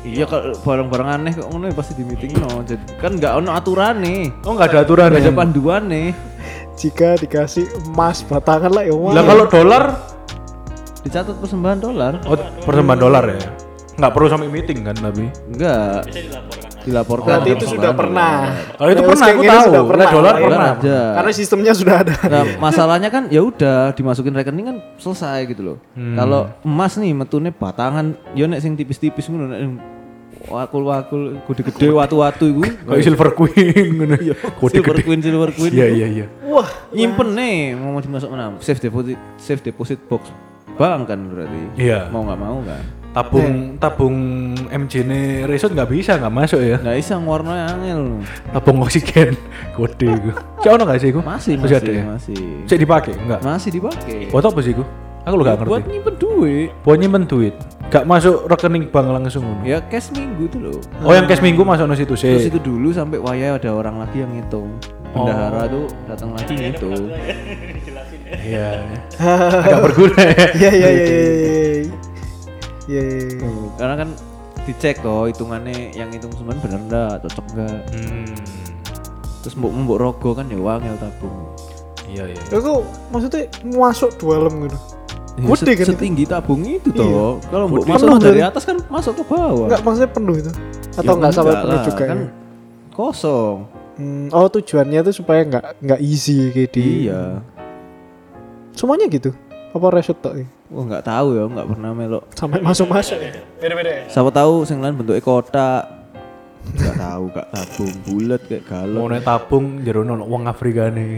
Iya kalau barang-barang aneh kok ngono ya pasti di meeting no. Jadi kan nggak ono aturan nih. Oh nggak ada aturan Nggak ya? ada panduan nih. Jika dikasih emas batangan lah ya wah. Lah kalau dolar, Dicatat persembahan dolar. oh persembahan dolar ya? Nggak perlu sampai meeting kan tapi? Enggak. Dilaporkan. Berarti itu sudah pernah. Kalau itu Ya, pernah kayak aku gini tahu. sudah pernah. Lah dolar Iya. pernah. Ada. Karena sistemnya sudah ada. Nah, masalahnya kan ya udah dimasukin rekening kan selesai gitu loh. Hmm. Kalau emas nih metune batangan, ya nek sing tipis-tipis ngono nek wakul-wakul gede-gede watu-watu iku. Kayak silver queen ngono. Kode Silver gede. Queen, Silver Queen. Iya iya iya. Wah, Nyimpen nih mau dimasuk mana? Safe deposit, safe deposit box bank kan berarti. Iya. Mau nggak mau kan. Tabung tabung M J ne resort nggak bisa nggak masuk ya. Nggak bisa warnanya angel. Tabung oksigen kode itu. Cak ono nggak sih itu? Masih, Masih masih, ada ya? masih. Cek dipakai enggak? Masih dipakai. Buat apa sih itu? Aku lu gak ngerti. Buat nyimpen duit. Buat nyimpen duit. Gak masuk rekening bank langsung ngono. Ya cash minggu tuh loh. Oh yang cash minggu masuk no situ Terus sih. itu dulu sampai waya ada orang lagi yang ngitung. Bendahara tuh datang lagi ngitung. Iya. Agak berguna ya. iya iya iya iya. Iya. iya. Tuh, karena kan dicek toh hitungannya yang hitung semen bener enggak, cocok enggak. Hmm. Terus mbok mbok rogo kan ya wangel tabung. Iya iya. Itu maksudnya masuk dua lem gitu. Ya, Gede se- kan itu? setinggi tabung itu Iya. toh. Kalau mbok Gede. masuk Penuh dari kan? atas kan masuk ke bawah. Enggak maksudnya penuh itu. Atau Ya enggak sampai enggak penuh lah, juga kan ya? kosong. Hmm, oh tujuannya itu supaya enggak enggak easy kayak di. Iya. Semuanya gitu. Apa resort tok iki? Wah nggak tahu ya, nggak pernah melok. Sampai masuk-masuk ya. Beda-beda. Siapa tahu sing lain bentuknya kotak. Nggak tahu kak tabung bulat kayak Mau galon. naik tabung jero ono wong Afrika nih.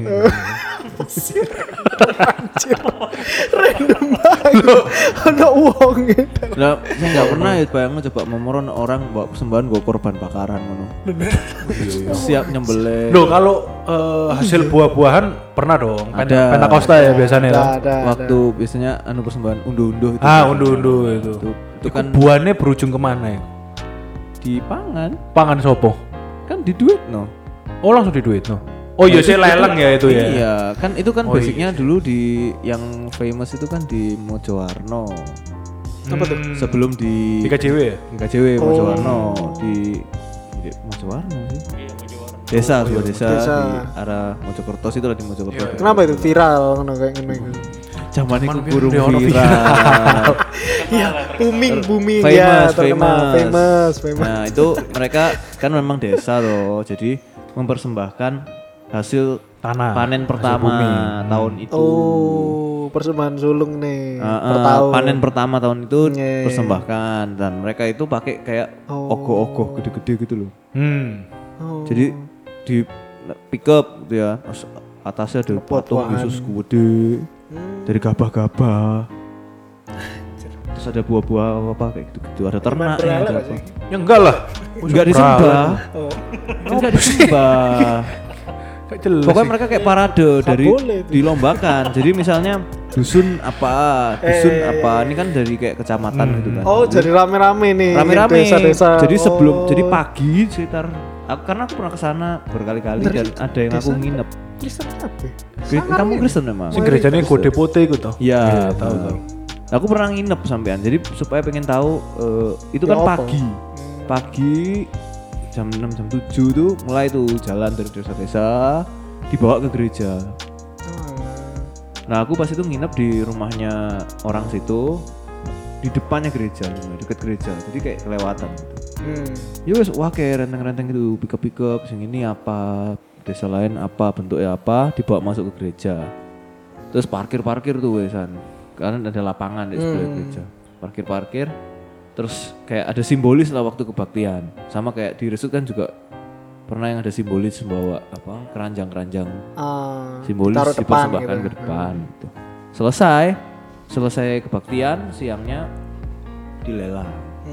Random banget. Ada uang gitu. Lah saya nggak pernah ya bayangin coba memoron orang bawa persembahan gue korban bakaran ngono. Siap nyembelih. Loh kalau eh, hasil buah-buahan pernah dong. Pen- Ada. Pentakosta ya biasanya Ada, lah. ada, Waktu biasanya anu persembahan unduh-unduh itu. Ah undu-undu itu. Itu, itu Itu kan buahnya berujung kemana ya? di pangan Pangan sopo? kan di duit no. Oh langsung di duit no. Oh iya saya lelang ya itu ya. Iya kan itu kan Oh, basicnya dulu di yang famous itu kan di Mojowarno. Apa tuh? Hmm. Sebelum di Di K J W ya? Di K J W Mojowarno di di Mojowarno sih. Desa, sebuah desa, Desa. di arah Mojokerto situ lah di Mojokerto. Kenapa itu viral ngono kayak ngono iku? Zaman itu Zaman burung biyen ono viral. Iya, booming booming Famous, ya, terkenal famous. famous, famous. Nah, itu mereka kan memang desa loh. Jadi mempersembahkan hasil Tanah. panen hasil pertama bumi. tahun itu. Oh, persembahan sulung nih. Uh, uh, per tahun. panen pertama tahun itu Iya, iya. persembahkan dan mereka itu pakai kayak Oh. ogoh-ogoh gede-gede gitu loh. Hmm. Oh. Jadi di pick up gitu ya. Terus atasnya ada patung Pot-potan. Yesus gede Hmm. dari gabah-gabah. Terus ada buah-buah apa kayak gitu-gitu. Ada ternak berhala ada nggak apa. sih? Ya enggak lah. Enggak disembah. Oh. Enggak disembah. Kayak jelas. Pokoknya sih. mereka kayak parade dari boleh itu. dilombakan. Jadi misalnya dusun apa, dusun Eh, apa. Ini kan dari kayak kecamatan gitu kan. Oh, jadi rame-rame nih. Rame-rame. Desa-desa. Jadi sebelum Oh. jadi pagi sekitar aku karena aku pernah kesana berkali-kali Dari dan ada yang aku desa? nginep. Kristen apa? ya? Kri- Kamu Kristen memang? Si gerejanya kode putih itu toh. Iya, tahu tahu. tahu. Aku pernah nginep sampean. Jadi supaya pengen tahu eh, itu Ya kan apa? pagi. Pagi jam enam jam tujuh tuh mulai tuh jalan dari desa-desa dibawa ke gereja. Nah, aku pas itu nginep di rumahnya orang situ di depannya gereja, deket gereja. Jadi kayak kelewatan gitu. Hmm. Ya wes wah kayak renteng-renteng gitu, pick-up-pick-up sing ini apa, desa lain apa, bentuknya apa, dibawa masuk ke gereja. Terus parkir-parkir tuh wesan. Karena ada lapangan di sebelah Hmm. gereja. Parkir-parkir. Terus kayak ada simbolis lah waktu kebaktian. Sama kayak di Resut kan juga pernah yang ada simbolis membawa apa keranjang-keranjang Ah, simbolis taruh depan dipersembahkan gitu. ke depan gitu. Selesai, selesai kebaktian siangnya dilelang.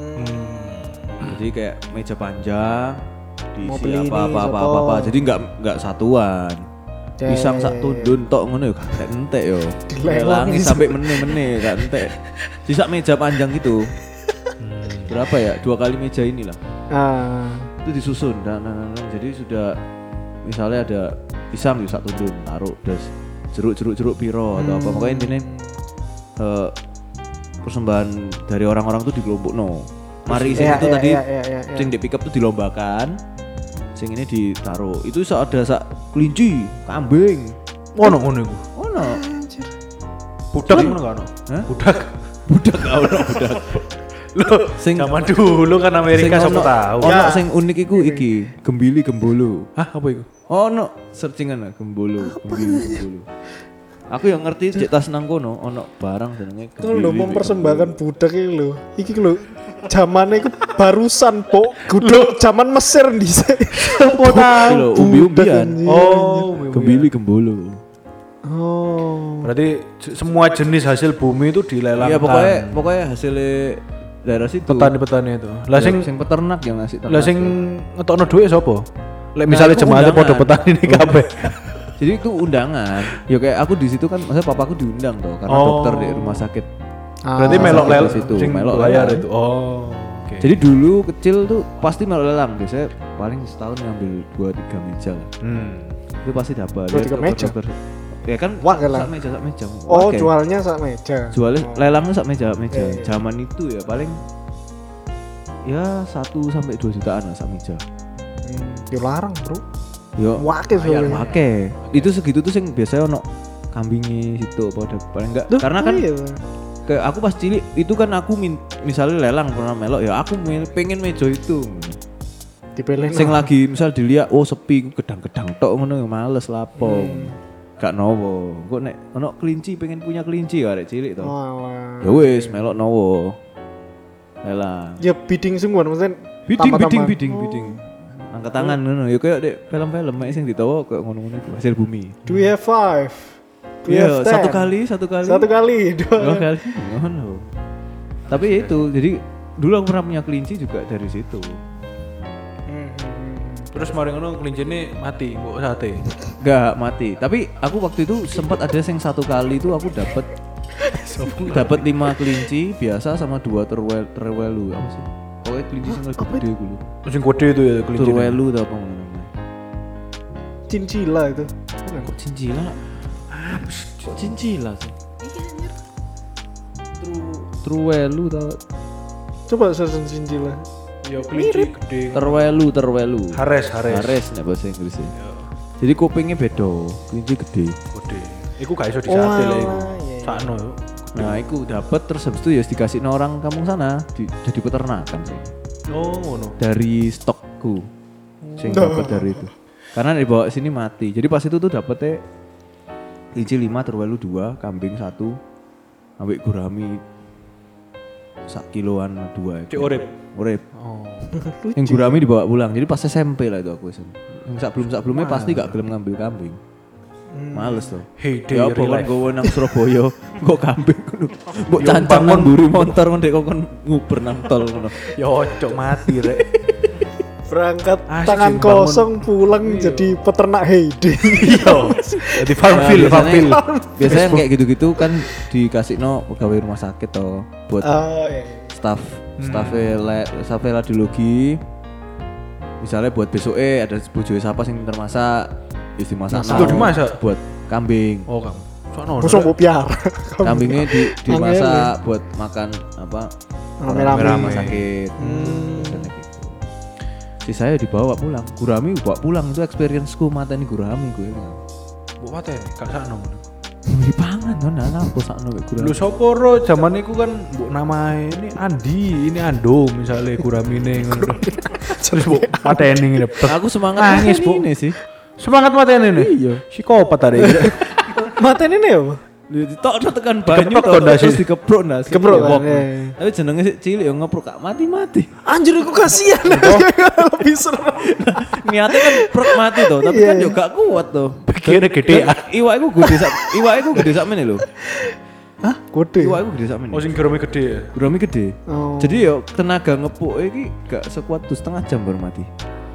Hmm. Jadi kayak meja panjang Mau diisi beli apa ini, apa apa sopo. apa, apa. Jadi nggak nggak satuan. Oke. Pisang sak tundun tok ngono ya gak entek yo. Dilelang Dilelangi gitu. sampai meneh-meneh gak entek. Di sak meja panjang gitu. Berapa ya? Dua kali meja inilah. Ah, Itu disusun dan dan- dan- dan. Jadi sudah misalnya ada pisang di sak tundun taruh terus jeruk-jeruk-jeruk piro atau apa. Pokoknya intinya eh, persembahan dari orang-orang tuh dikelompokno. mari sing Iya, itu iya, tadi iya, iya, iya, iya. sing di pick up tuh dilombakan. Sing ini ditaruh. Itu iso ada sak kelinci, kambing. Ono ngono iku. Ono. Budak ngono gak ono? Hah? Budak. Budak gak ono budak. Loh, Sing zaman dulu kan Amerika sing siapa ono- tahu. Ono sing unik iku iki, gembili gembolo. Hah, apa iku? Ono searchingan lah gembolo, gembili gembolo. Aku yang ngerti cek tas nang kono ono barang jenenge Itu lho mempersembahkan budak iki lho. Iki lho zamane iku barusan, Pok. Kudu zaman Mesir dhisik. Apa Iki lho, umbi-umbian. Oh, Gembili gembolo. Oh. berarti j- semua jenis hasil bumi itu dilelangkan. Iya pokoknya pokoknya hasilnya daerah situ. petani-petani itu. Lah sing sing peternak yang ngasih ternak. lah sing ngetokno dhuwit sapa? Lek Nah, misalnya itu jemaatnya undangan. padha petani nih kabeh. Jadi itu undangan. Ya kayak aku di situ kan maksudnya papaku diundang tuh karena Oh. dokter di rumah sakit. Berarti Ah, melok sakit lel di situ, sing melok bayar lelang. itu. Oh. Oke. Jadi dulu kecil tuh pasti melok lelang. Biasanya paling setahun ngambil dua tiga meja lah. hmm. Itu pasti dapat. Dua, Ya, tiga dokter- meja? dokter. Ya kan Wah, lelang. sak meja sak meja. Oh, Oke. jualnya sak meja. Jualnya Oh. lelangnya sak meja sak meja. Iya, iya. Zaman itu ya paling ya satu sampai dua jutaan lah sak meja. Hmm, ya larang, Bro. Yo, Wake soalnya. Oke, itu segitu tuh sing biasanya ono kambingnya situ pada paling enggak Duh, karena kan iya. kayak aku pas cilik itu kan aku min, misalnya lelang pernah melok ya aku mil- pengen meja itu Dipilih sing no. lagi misal dilihat oh sepi ku gedang-gedang tok ngono ya males lapo Hmm. gak nowo kok nek ono kelinci pengen punya kelinci ya arek cilik to Walah. ya wis melok nowo lelang Ya bidding semua maksudnya bidding tambah-tambah. bidding bidding Oh. bidding angkat tangan ngono ya kayak dek film-film mek sing ditawa kayak ngono-ngono iku hasil bumi. Do we have five? Do we Iya, have ten? satu kali, satu kali. Satu kali, dua. Dua kali. Ngono. Tapi ya itu, jadi dulu aku pernah punya kelinci juga dari situ. Hmm. Terus mari ngono kelincine mati, mbok sate. Enggak mati. Tapi aku waktu itu sempat ada yang satu kali itu aku dapat dapat lima kelinci biasa sama dua terwel terwelu apa sih? Pokoknya kelinci sing lebih gede dulu. Sing gede itu ya kelincine. Terwelu atau apa namanya? Cincila itu. Kok cincila? Apa sih? Kok cincila sih? Terwelu tau? Coba search cincila. Ya kelinci gede. Terwelu, terwelu. Hares, hares. Hares nek bahasa Inggrisnya. Jadi kupingnya beda, kelinci gede. Gede. Iku gak iso disate lek iku. alah, iya, iya. Sakno yo. Nah, itu dapat terus habis itu ya dikasih orang kampung sana, di, jadi peternakan sih. Oh, ngono. Dari stokku. Sing Duh. dapat dari itu. Karena dibawa sini mati. Jadi pas itu tuh dapetnya kelinci lima, terwelu dua, kambing satu, ambek gurami sak kiloan dua. Cek urip. Urip. Oh. Yang gurami dibawa pulang. Jadi pas S M P lah itu aku S M P. Yang sebelum sebelumnya pasti gak gelem ngambil kambing. Males tuh. Heyday Ya apa real kan life. gue nang Surabaya, gue kambing ngono. Mbok Ya, cancang bangun. nang mburi motor ngono dek kon nguber nang tol ngono. Ya cok mati rek. Berangkat Asik tangan sih, bangun. kosong pulang jadi peternak Heidi. Iya. Jadi farmville, Nah, farmville. biasanya, biasanya yang kayak gitu-gitu kan dikasih no pegawai rumah sakit toh buat Oh iya. staff staff staff radiologi. Misalnya buat besok eh ada bojoe siapa sing pinter masak, isi masak Masak. Itu dimasak? buat kambing. Oh, kamu. Sono. Musuh mau piara. Kambingnya di, dimasak buat makan apa Rame-rame. orang rumah sakit. Hmm. Misalnya gitu. Si saya dibawa pulang, gurami bawa pulang itu experienceku mateni gurami gue. Mbok mate, gak sakno. Dipangan kan ana apa sakno mek gurami. Lu sopo ro zaman iku kan mbok namae ini Andi, ini Ando misalnya guramine ngono. Terus mbok mateni ngene. Aku semangat Nangis, Bu. ini sih. Semangat mateni nih. Iya. Psikopat tadi. Mata ini nih apa? Ditokno tekan banyu Dikeprok tok to ndase. terus dikeprok ndas. Keprok Ya, kan. wok. iya. Tapi jenenge sik cilik ya ngeprok gak mati-mati. Anjir aku kasihan. Lebih serem. Niatnya kan prok mati tuh, tapi Iya, kan iya. yo gak kuat tuh. Pikirnya gede. Dan Iwak iku gede sak iwak iku gede sak meneh lho. Hah? Kode. Iwak iku gede sak meneh. Oh sing gurame gede ya. Gurami gede. Oh. Jadi yo tenaga ngepuk iki gak sekuat tuh setengah jam baru mati.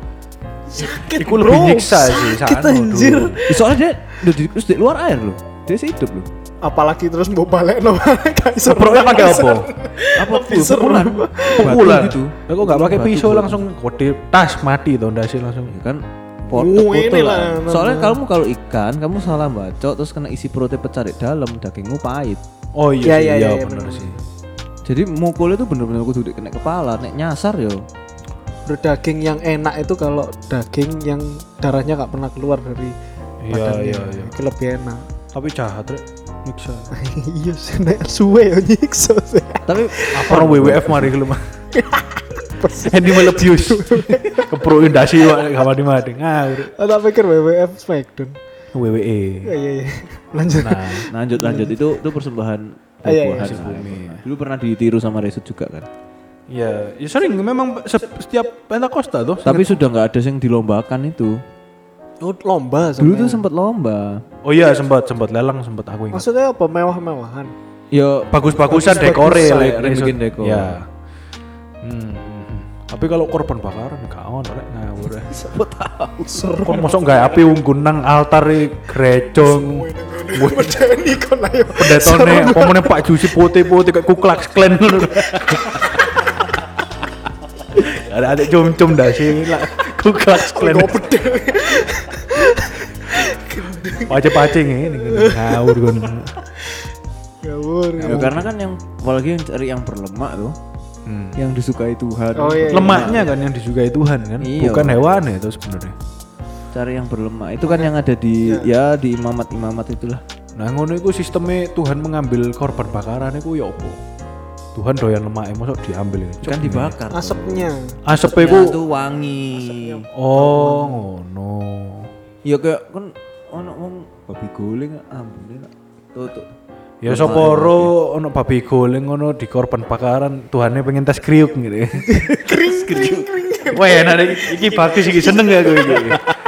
sakit. Iku bro. lebih nyiksa sih, Sakit sakno anjir. dulu. Ya, soalnya dia udah di, terus di luar air loh. Dia sih hidup loh. Apalagi terus mau balik no. Gak iso. Seprotnya pakai apa? Apa Lebih seru. pukulan? Pukulan. Batu gitu. Aku gak pakai Batu pisau gitu. langsung kode tas mati tuh ndase langsung. Ya kan Oh, foto-foto ini lah. lah, Soalnya namanya. kamu kalau ikan, kamu salah bacok terus kena isi perutnya pecah di dalam, dagingmu pahit. Oh Iya, iya, iya, iya, iya, bener bener. sih. Jadi mukul itu bener-bener kudu kena kepala, nek nyasar yo. Berdaging yang enak itu kalau daging yang darahnya nggak pernah keluar dari Iya badannya. iya iya. Itu lebih enak. Tapi jahat rek nyiksa. Iya sih nek suwe yo nyiksa sih. Tapi Orang W W F mari ke lumah. Animal abuse. Keproin dasi wae gak mati-mati. Ngawur. Oh, tak pikir W W F Smackdown. W W E. Iya iya iya. Lanjut. Nah, lanjut lanjut itu itu persembahan Ah, iya, iya. buahan Si Bumi. Dulu pernah ditiru sama Resut juga kan. ya, ya sering memang se- setiap Pentakosta tuh. Tapi sudah nggak ada yang dilombakan itu. Oh, lomba Dulu sampai. tuh sempat lomba. Oh iya sempat sempat lelang sempat aku ingat. Maksudnya apa mewah-mewahan? Ya Bagus-bagusan dekore Bagus-bagusan, lek yang bikin dekor. Ya. Hmm. hmm. Tapi kalau korban bakaran gak ono rek ngawur. Seru. Kon mosok gawe api unggun nang altar gerejong. Medeni kon ayo. Pendetone pomone Pak Jusi putih-putih kayak kuklaks klan ngono. Ada adik cum-cum dah sih lah. Kuklaks klan. Pace-pace ngene ngawur kon. Ngawur. Ya, karena kan yang apalagi yang cari yang berlemak tuh, Hmm. yang disukai Tuhan. Oh, iya, iya. Lemaknya kan yang disukai Tuhan kan, Iya. bukan hewan itu sebenarnya. Cari yang berlemak. Itu kan yang ada di ya di imamat-imamat itulah. Nah ngono iku sistemnya Tuhan mengambil korban bakaran iku ya opo? Tuhan doyan lemak mosok diambil ya. Kan dibakar. tuh. Asapnya. Asep Ya, iku itu wangi. oh ngono. Ya kayak kan ono wong babi guling ambune nak. Tuh tuh. Ya soporo ono babi goleng ono di korban bakaran Tuhannya pengen tes kriuk gitu. Kering kering kering. Wah enak iki iki bagus iki seneng ya gue iki.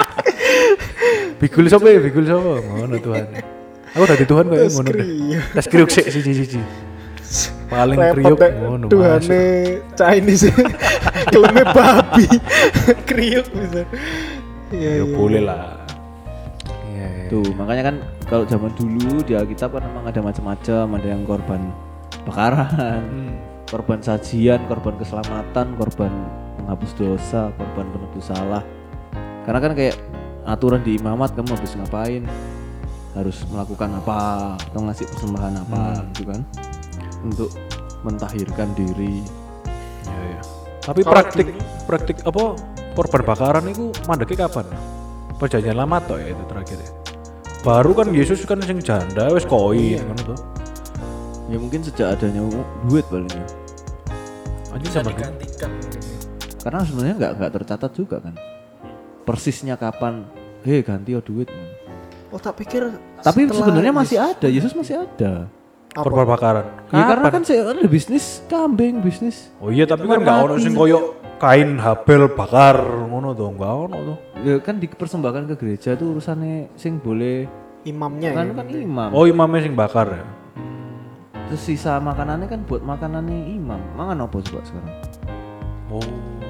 Bigul sapa ya bigul sapa ngono Tuhan. Aku dadi Tuhan kok ngono deh. Kriuk. Tes kriuk sik siji-siji. Paling Repot kriuk deh. ngono. Tuhane Chinese. Tuhane babi. Kriuk bisa. Iya Ya iya. boleh lah. Iya. iya. Tuh, makanya kan kalau zaman dulu di Alkitab kan memang ada macam-macam, ada yang korban bakaran, Hmm. korban sajian, korban keselamatan, korban menghapus dosa, korban penebus salah. Karena kan kayak aturan di imamat kamu habis ngapain, harus melakukan apa, atau ngasih persembahan apa, gitu kan, untuk mentahirkan diri. Iya iya. Tapi Kalau praktik praktik apa korban bakaran itu mandeknya kapan? Perjanjian lama toh ya itu terakhir ya. Baru kan Yesus kan sing janda wis koin ngono tuh. Ya mungkin sejak adanya duit palingnya. Anjing sama kan. Digantikan. Karena sebenarnya nggak nggak tercatat juga kan. Persisnya kapan, hei ganti yo duit. Oh tak pikir. Tapi setelah sebenarnya masih Yesus- ada, Yesus masih ada. Apa? Korban bakaran. Ya karena Kapan? kan saya ada bisnis kambing, bisnis. Oh iya tapi kan enggak ono sing koyo kain Habel bakar ngono tuh, enggak ono tuh. Ya kan dipersembahkan ke gereja itu urusannya sing boleh Imamnya kan ya. kan imam. Oh imamnya sing bakar ya. Terus sisa makanannya kan buat makanannya imam. Mangan apa coba sekarang? Oh.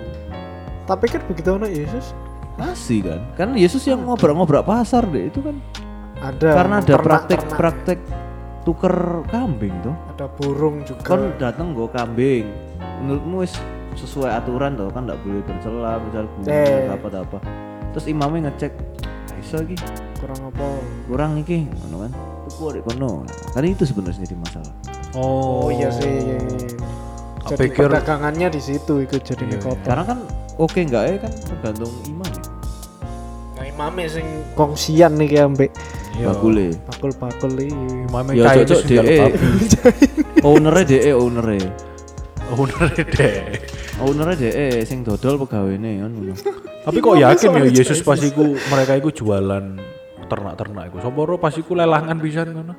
Tapi kan begitu anak Yesus Masih kan? Kan Yesus yang ngobrak-ngobrak pasar deh itu kan. ada. Karena ada ternak- praktek-praktek tuker kambing tuh. Ada burung juga. Kan datang gue kambing. Menurutmu wis sesuai aturan tuh kan nggak boleh bercela misal Eh. bunyi apa apa. Terus imamnya ngecek, bisa lagi kurang apa? kurang iki, ngono kan? Tuku arek kono. Kan itu sebenarnya jadi masalah. Oh, iya sih. Iya, iya. Aku Jadi pikir- perdagangannya di situ ikut jadi Iya, kotor. Karena kan oke enggak ya kan tergantung imam ya. Nah, imamnya sing kongsian nih kayak ambek Iya. Bakule. bakul-bakul iki. Imamnya Ya kain cocok terus tinggal D E. babi. Ownernya D E ownernya. Oh bener deh. Ownernya D E sing dodol pegawene kan ngono. Tapi kok yakin ya Yesus pas iku mereka iku jualan ternak-ternak iku. Sapa ro pas iku lelangan pisan ngono.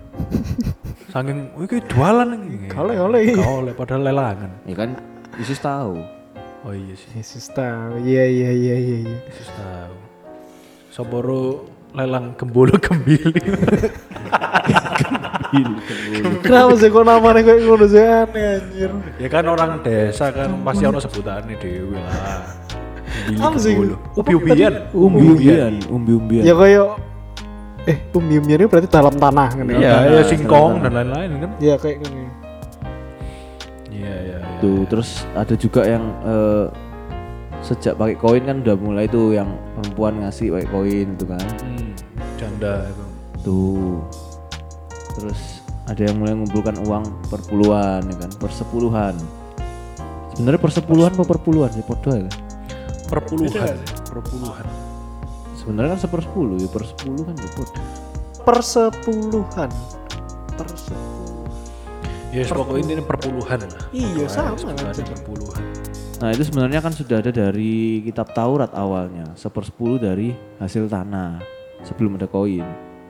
Saking iki jualan iki. Kale kale. Kale padahal lelangan. Ya kan Yesus tahu. Oh iya sih. Yesus tahu. Iya iya iya iya iya. Yesus tahu. Sapa ro lelang gembolo gembili. Kenapa sih kok namanya kayak ngono sih aneh anjir. Ya kan orang desa kan pasti ono sebutannya dewe lah. Gembili Apa sih? gembolo. Ubi-ubian. Umbi-umbian, umbi-umbian. Ya kayak eh umbi-umbian ini berarti dalam tanah kan ya? Iya, Tanah, ya singkong tanah. dan lain-lain kan. Iya kayak gini. Iya, iya, iya. Tuh, terus ada juga yang eh, sejak pakai koin kan udah mulai tuh yang perempuan ngasih pakai koin gitu kan. Hmm, janda itu. Tuh. Terus ada yang mulai mengumpulkan uang per puluhan ya kan, per sepuluhan. Sebenarnya per sepuluhan atau per puluhan sih podo ya. Perpuluhan, perpuluhan. Sebenarnya kan seper sepuluh ya, per sepuluh kan ya podo. Persepuluhan. Persepuluhan. Ya yes, pokoknya ini perpuluhan lah. Iya, sama lah. kan. Perpuluhan. Nah itu sebenarnya kan sudah ada dari kitab Taurat awalnya, sepersepuluh dari hasil tanah sebelum ada koin,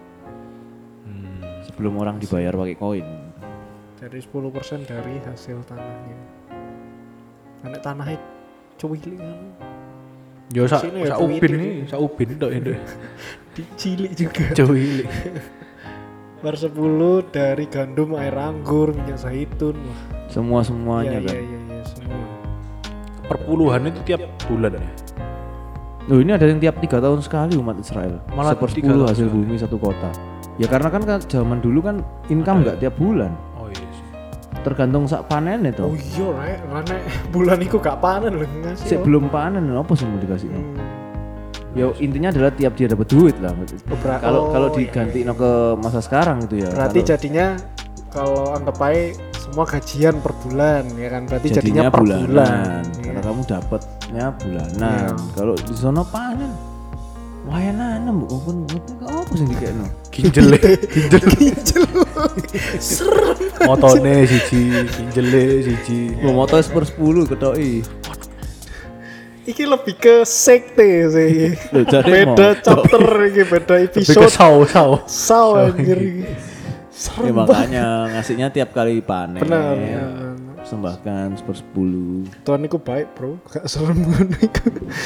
Hmm. sebelum orang dibayar pakai koin. Dari sepuluh persen dari hasil tanahnya. Anak tanahnya cuwili kan. Yo sak Sini ya, sak ubin cuwili. nih, sak ubin tok ini. Dicilik juga. Cuwili. Per sepuluh dari gandum, air anggur, minyak zaitun. Wah. Semua semuanya Iya, kan. iya, iya, iya, semua. Perpuluhan itu tiap bulan ya. Loh ini ada yang tiap tiga tahun sekali umat Israel. Malah sepersepuluh tiga tahun hasil sekali. bumi satu kota. Ya karena kan kan zaman dulu kan income nggak tiap bulan, Oh iya sih. tergantung sak panen itu. Oh iya, rek, karena bulan itu gak panen loh ngasih. Sik oh. belum panen apa sih mau dikasih? Hmm. Ya intinya adalah tiap dia dapat duit lah. Ber- Kalau kalau oh, diganti iya, iya. ke masa sekarang gitu ya. Berarti Kalau jadinya kalau anggap aja semua gajian per bulan ya kan, berarti jadinya, jadinya per bulanan. bulan. Karena Iya. kamu dapatnya bulanan. Iya. Kalau di sono panen wayanan bu, pun ngerti kok apa sih dikekno? Kinjele, kinjel. Serem. Motone siji, kinjele siji. Mau moto sepersepuluh ketoki. Iki lebih ke sekte sih. Loh, jadi Beda moto. chapter iki, beda Tapi ke episode. saw saw. Saw anjir iki. Ya Serem banget. makanya ngasihnya tiap kali panen. Benar. Ya. Persembahkan sepersepuluh. Tuhan iku baik, Bro. Gak serem ngono iku.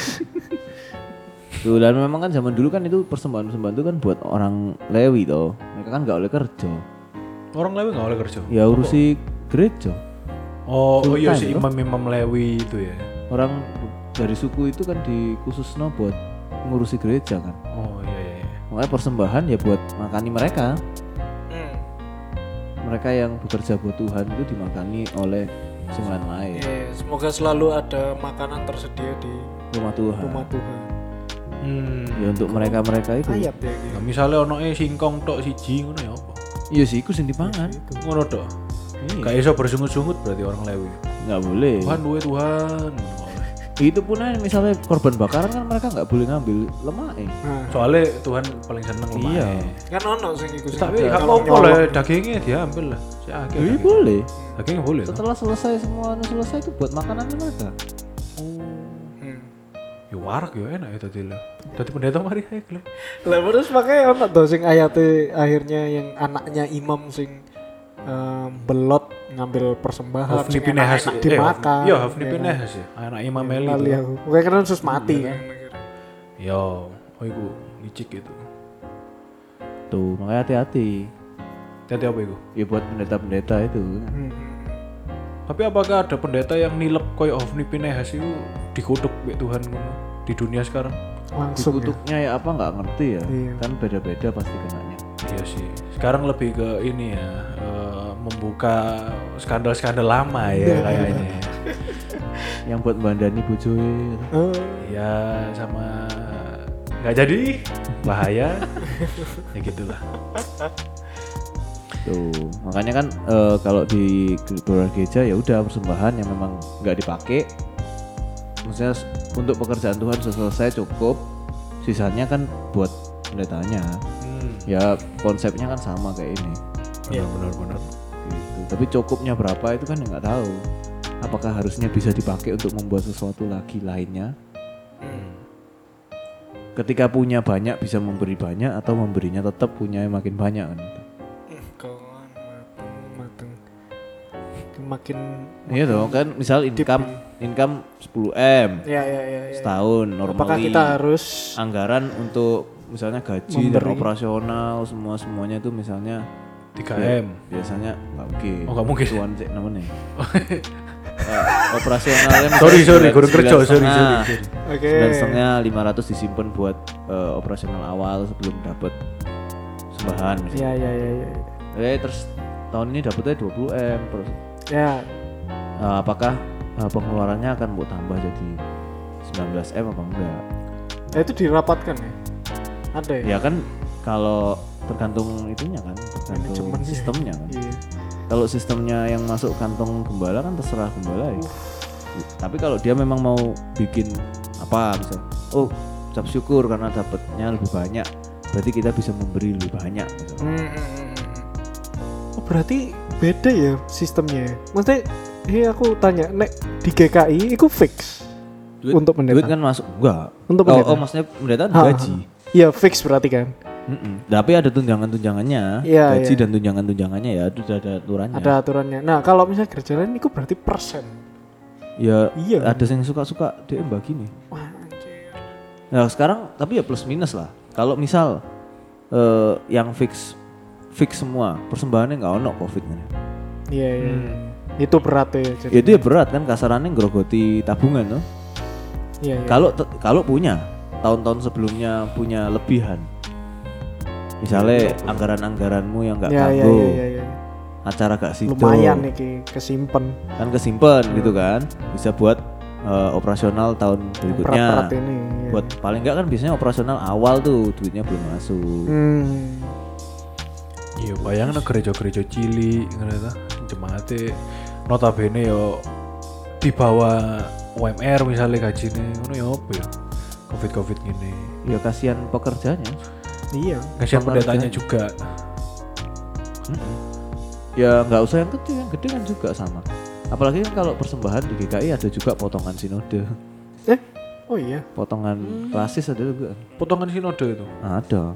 Tuh, dan memang kan zaman dulu kan itu persembahan-persembahan itu kan buat orang Lewi toh. Mereka kan nggak oleh kerja. Orang Lewi nggak boleh kerja. Ya urusi gereja. Oh, oh iya Sultan, si toh? imam-imam Lewi itu ya. Orang dari suku itu kan dikhususno buat ngurusi gereja kan. Oh iya iya. iya. Makanya persembahan ya buat makani mereka. Mereka yang bekerja buat Tuhan itu dimakani oleh sing lain-lain. Iya, semoga selalu ada makanan tersedia di Rumah Tuhan. rumah Tuhan. Hmm. Ya untuk mereka-mereka itu. Ayat ya gitu. Nah, misalnya ono e singkong tok siji ngono ya apa? Iya sih, iku sing dipangan. Ngono tok. Iya. Gak iso bersungut-sungut berarti orang Lewi. Nggak boleh. Tuhan duwe Tuhan. Itu pun aja misalnya korban bakaran kan mereka nggak boleh ngambil lemak eh. Nah, Soalnya Tuhan paling seneng lemah. Iya. kan ono sing iku sing Tapi ada gak kalau apa-apa nyolong. lah dagingnya diambil lah. Si akeh. Iya daging. boleh. Dagingnya boleh. toh? Setelah selesai semua anu selesai itu buat makanan mereka. Hmm. Ya warak ya enak ya tadi lah. Tadi pendeta mari ae lho. Lah terus makanya ono to sing ayate akhirnya yang anaknya imam sing em, belot ngambil persembahan Hafni sing Pinehas enak-enak dimakan. Iya, Hafni ya kan. Pinehas ya. Anak Imam Meli. Lali itu. aku. Pokoknya kan terus mati Iya, kan. Yo, oh iku licik itu. Tuh makanya hati-hati. Tadi apa iku? Ya buat pendeta-pendeta itu. Hmm. Tapi apakah ada pendeta yang nilep koyo Hafni Pinehas itu dikutuk oleh Tuhan ngono di dunia sekarang? Langsung ya. Dikutuknya ya apa nggak ngerti ya. Iya. Kan beda-beda pasti kenanya. Iya sih. Sekarang lebih ke ini ya, eh, membuka skandal-skandal lama ya kayaknya. Yang buat bandani bojoe. Oh, Ya sama nggak jadi bahaya. Ya gitulah. Tuh, makanya kan eh, kalau di beberapa gereja ya udah persembahan yang memang nggak dipakai. Maksudnya s- untuk pekerjaan Tuhan sudah selesai cukup, sisanya kan buat pendetanya. Hmm. Ya konsepnya kan sama kayak ini. Benar benar benar. Gitu. Tapi cukupnya berapa itu kan nggak tahu. Apakah harusnya bisa dipakai untuk membuat sesuatu lagi lainnya? Ketika punya banyak bisa memberi banyak atau memberinya tetap punya yang makin banyak kan? kawan mateng mateng. Makin Iya dong kan, misal income income sepuluh M ya ya ya. ya. setahun normally. Apakah kita harus anggaran untuk misalnya gaji dan Memberi. operasional semua semuanya itu misalnya tiga ya, M. biasanya nggak mungkin. Oh, nggak mungkin. Tuan cek namanya. Nah, operasionalnya Sorry misalnya sorry, sembilan- kurang kerja sembilan sorry sorry. setengah. sorry. Oke. Sembilan setengah lima ratus disimpan buat eh, operasional awal sebelum dapat sembahan misalnya. Ya ya ya ya. Eh terus tahun ini dapatnya dua puluh M terus Ya. eh, apakah eh, pengeluarannya akan buat tambah jadi sembilan belas M apa enggak? Nah, itu dirapatkan ya. Ada ya. Ya kan kalau tergantung itunya kan, tergantung Manajemennya. sistemnya kan. Iya. Kalau sistemnya yang masuk kantong gembala kan terserah gembala ya. Tapi kalau dia memang mau bikin apa misal, oh ucap syukur karena dapatnya lebih banyak, berarti kita bisa memberi lebih banyak. Misal. Hmm. Oh, berarti beda ya sistemnya. Maksudnya, ini aku tanya, nek di G K I itu fix Duit, untuk pendeta. duit kan masuk enggak? Untuk Oh, pendeta. oh maksudnya pendeta Ha, gaji. Iya fix berarti kan. Mm-mm. Tapi ada tunjangan-tunjangannya, Iya, gaji iya. dan tunjangan-tunjangannya ya itu ada aturannya. Ada aturannya. Nah kalau misalnya gereja lain itu berarti persen. Ya Iya. ada yang suka-suka dia bagi nih. Wah, anjir. Nah sekarang tapi ya plus minus lah. Kalau misal eh, yang fix fix semua persembahannya nggak ono covid kan? Iya iya. Hmm. Itu berat ya. Jadi. Ya itu ya berat kan kasarannya ngerogoti tabungan tuh. Iya, iya. Kalau te- kalau punya tahun-tahun sebelumnya punya lebihan. Misalnya anggaran-anggaranmu yang nggak Iya, iya, kanggo, iya, iya, iya. acara gak sido, Lumayan nih ki kesimpan. kan kesimpan gitu kan, bisa buat eh, operasional tahun berikutnya. Berat-berat ini. Iya. Buat paling nggak kan biasanya operasional awal tuh duitnya belum masuk. Hmm. Iya, bayangin gereja-gereja cilik ngono ta. Jemaate notabene yo di bawah U M R misalnya gajine ngono ya apa ya? Covid-covid gini. Ya kasihan pekerjanya. Iya. Kasihan Pekerjaan. pendetanya juga. Mm-mm. Ya nggak usah yang gede, yang gede kan juga sama. Apalagi kan kalau persembahan di G K I ada juga potongan sinode, Eh? Oh iya. potongan klasis ada juga. Potongan sinode itu. Ada.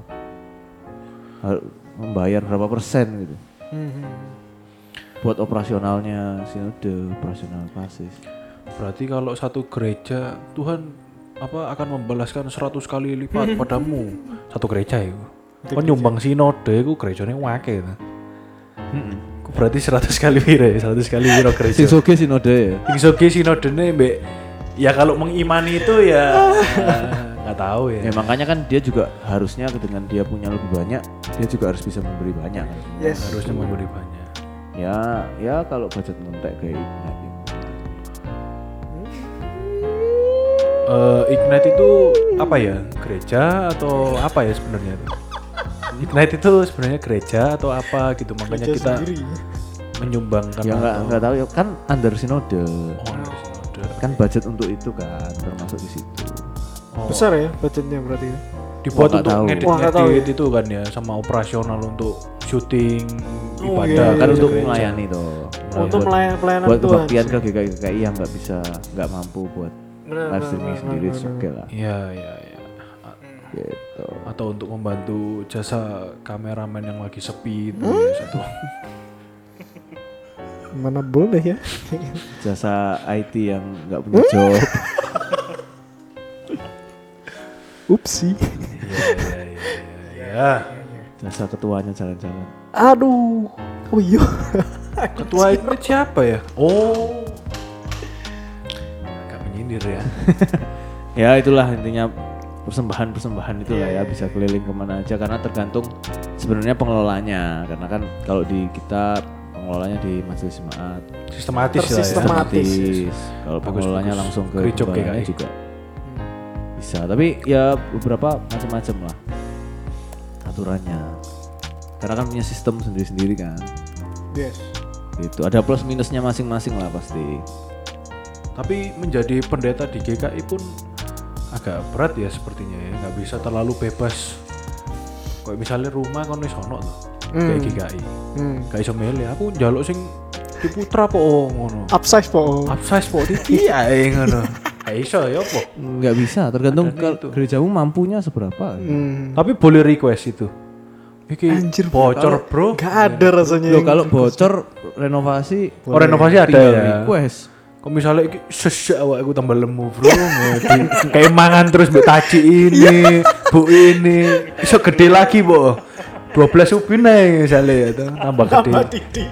Har- membayar berapa persen gitu Hmm. buat operasionalnya sinode, operasional klasis. Berarti kalau satu gereja Tuhan apa akan membalaskan seratus kali lipat padamu. Satu gereja itu. Kau nyumbang sinode itu gerejane wake ta. Heeh. Ku berarti seratus kali piro ya? seratus kali piro gereja. Sing soge sinode ya. Sing soge sinodene mbek ya kalau mengimani itu ya nggak tahu ya. Ya makanya kan dia juga harusnya dengan dia punya lebih banyak, dia juga harus bisa memberi banyak kan. Yes. Harusnya memberi banyak. Ya, ya kalau budget ngontek kayak Ignite. Eh, Ignite itu apa ya? Gereja atau apa ya sebenarnya itu? Ignite itu sebenarnya gereja atau apa gitu. Makanya Gereja kita sendiri. menyumbangkan Ya nggak atau- nggak tahu ya kan under sinode. Oh, ada sinode. Kan budget untuk itu kan termasuk di situ. Oh, Besar ya budgetnya berarti ya. dibuat Wah, nggak untuk tahu. Wah, nggak tahu ngedit-ngedit itu kan ya sama operasional untuk syuting Oh, ibadah iya, kan iya, untuk gereja. melayani tuh. Untuk buat, melayan pelayanan buat Tuhan. kebaktian ke G K I G K I yang nggak bisa nggak mampu buat Benar, live streaming benar, sendiri benar, oke lah Iya, iya, iya. A- gitu. Atau untuk membantu jasa kameramen yang lagi sepi itu Hmm? ya, satu. Mana boleh ya. Jasa I T yang nggak punya job. Upsi. Iya, iya, iya, iya. Jasa ketuanya jalan-jalan. Aduh. Oh iya. Ketua Ignite siapa ya? Oh. Agak menyindir ya. Ya itulah intinya persembahan-persembahan itulah Iya, ya bisa keliling kemana aja karena tergantung sebenarnya pengelolanya karena kan kalau di kita pengelolanya di majelis jemaat Sistematis lah ya. Tersistematis. sistematis. Kalau Bagus, pengelolanya bagus. langsung ke Gereja gembalaannya G K I. juga bisa tapi ya beberapa macam-macam lah aturannya karena kan punya sistem sendiri-sendiri kan Yes. itu ada plus minusnya masing-masing lah pasti. Tapi menjadi pendeta di G K I pun agak berat ya sepertinya ya. Nggak bisa terlalu bebas. Kayak misalnya rumah kan wis ono tuh. Kayak Hmm. G K I. Hmm. Gak iso milih. Aku njaluk sing di putra po oh, ngono. Upsize po. Upsize po titi ae ngono. Gak iso ya po. Nggak bisa tergantung Adanya kalau itu. gerejamu mampunya seberapa. Hmm. Tapi boleh request itu. Iki Anjir, bocor, Bro. Gak ada rasanya. Loh yang- kalau bocor renovasi Oh, renovasi ada tinggal ya. request. Kok misalnya iki sesek awakku tambah lemu, Bro. Ngedi. Kayak mangan terus mbek taci ini, bu ini. Iso gede lagi, Bo. dua belas ubin ae misalnya ya tuh, tambah gede. Tambah titik.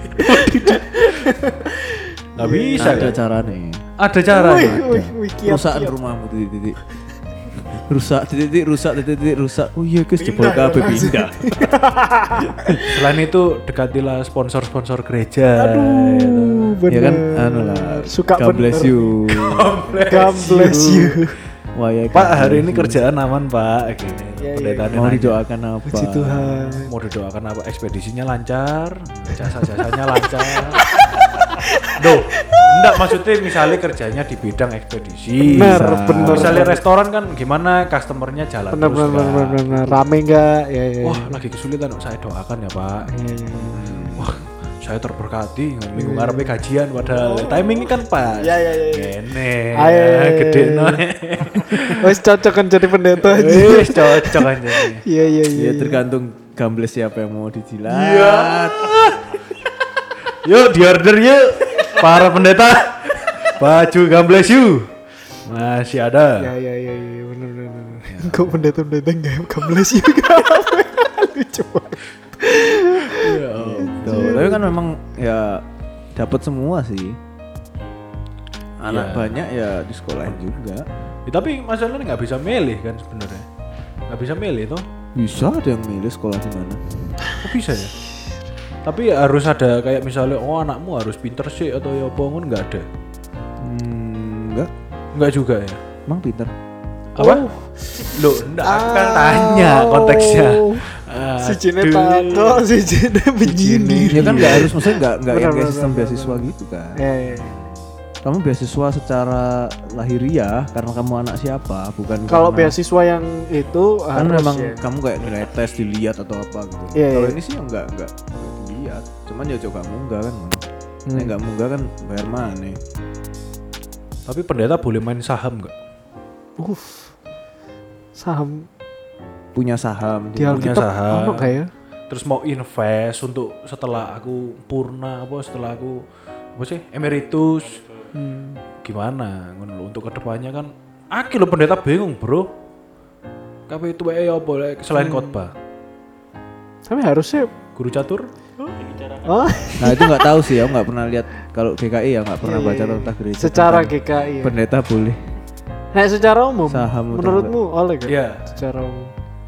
Gak bisa Ada kan? cara nih. Ada cara. Wih, wih, wih, kiat, Rusakan kiat. rumahmu titik-titik. Rusak titik-titik rusak titik-titik rusak. Oh iya guys jebol Pindah, kabeh langsung. pindah. Selain itu dekatilah sponsor-sponsor gereja. Aduh, bener. Ya kan anu lah. Suka God bless bener. you. God bless you. Wayai Pak hari gamblesu. ini kerjaan aman Pak gini. Iya, Pendetanya mau nanya. didoakan apa? Puji Tuhan. Mau didoakan apa? Ekspedisinya lancar, jasa-jasanya lancar. Duh, enggak maksudnya misalnya kerjanya di bidang ekspedisi. Bener, Bisa. bener. Misalnya restoran kan gimana customernya jalan Bener terus bener kan. bener bener rame enggak? Ya ya. Wah lagi kesulitan, saya doakan ya Pak. Iya, iya, iya. Wah saya terberkati minggu ngarepe gajian padahal timingnya kan pas. Iya, iya, iya. Gene, Ayo, ya, gede no. Wes cocok kan jadi pendeta aja. Wis cocok aja nih. Iya iya iya. Ya tergantung gambles siapa yang mau dijilat. Iya. Yuk di order yuk para pendeta. Baju gambles you. Masih ada. Ya ya ya ya bener bener. bener. Kok pendeta pendeta enggak gambles juga. Lucu banget. Ya, Tuh, tapi kan memang ya dapat semua sih. Anak Iya. banyak ya di sekolahin juga. Ya, tapi masalahnya nggak bisa milih kan sebenarnya. Nggak bisa milih toh. Bisa ada yang milih sekolah di mana. Kok bisa ya? Tapi ya harus ada kayak misalnya oh anakmu harus pinter sih atau ya apa ngono nggak ada. Hmm, enggak, Enggak juga ya. emang pinter. Apa? Loh, enggak kan tanya konteksnya. Si Jine takut, si Jine begini. Ya kan nggak harus, maksudnya nggak nggak yang Benar, kayak benar, sistem benar, beasiswa gitu kan. Ya ya. ya. Kamu beasiswa secara lahiriah karena kamu anak siapa, bukan Kalau karena- beasiswa yang itu kan harus memang ya. kamu kayak nilai tes dilihat atau apa gitu. Iya, Kalau iya. ini sih enggak enggak enggak dilihat. Cuman ya coba munggah kan. Hmm. Nek enggak munggah kan bayar mana? Tapi pendeta boleh main saham nggak? Uff. Saham Punya saham di dia. punya Alkitab saham. ono kayak ya? Terus mau invest untuk setelah aku purna apa setelah aku apa sih emeritus Hmm. gimana ngono lho, untuk kedepannya kan akeh lho pendeta bingung bro kabeh itu wae apa lek selain khotbah Tapi harusnya guru catur oh, Nah, itu enggak tahu sih, aku enggak pernah lihat kalau G K I ya enggak pernah Iya, baca iya. tentang gereja. secara tentang G K I. Ya. pendeta boleh. Nah, secara umum Saham atau menurutmu oleh gak? Iya. Secara umum.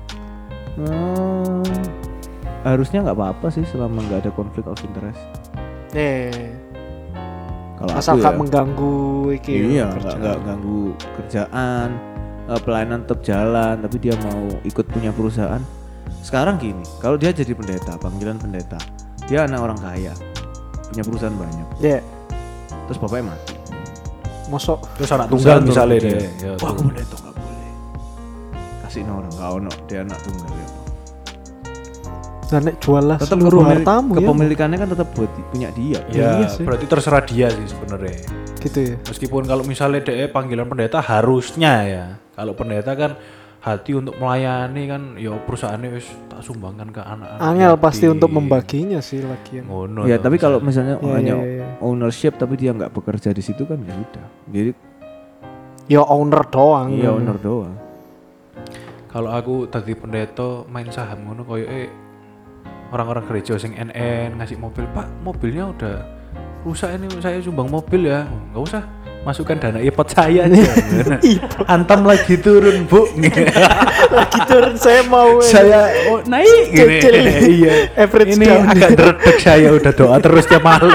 Hmm, harusnya enggak apa-apa sih selama enggak ada konflik of interest. Eh, Kalau asal aku gak ya, mengganggu iki iya, ya, enggak kerjaan. enggak ganggu kerjaan, eh, pelayanan tetap jalan, tapi dia mau ikut punya perusahaan. Sekarang gini, kalau dia jadi pendeta, panggilan pendeta, dia anak orang kaya, punya perusahaan banyak, Ya, terus bapaknya mati. mosok terus anak Perusahaan tunggal misalnya turun deh dia. ya, Wah, aku turun. pendeta enggak boleh. Kasih orang enggak ono, dia anak tunggal ya. dan nek jual lah Tetap seluruh kepemili- hartamu ya. kepemilikannya kan tetap buat di- punya dia. ya Iya sih. berarti terserah dia sih sebenarnya Gitu ya. meskipun kalau misalnya dia panggilan pendeta harusnya ya kalau pendeta kan hati untuk melayani kan ya perusahaannya wis tak sumbangkan ke anak-anak Angel pasti yatim. untuk membaginya sih lagian. ngono Ya, toh, tapi kalau misalnya. misalnya Iya, hanya iya, iya. ownership tapi dia nggak bekerja di situ kan ya udah. Jadi Ya owner doang. iya owner doang. kalau aku tadi pendeta main saham ngono koyo eh orang-orang gereja sing N N ngasih mobil pak mobilnya udah rusak ini saya sumbang mobil ya nggak usah masukkan dana iPod saya aja antam lagi turun bu Lagi turun saya mau eh, saya oh, naik gini Cicil. iya average ini down. agak dredeg saya udah doa terus tiap malam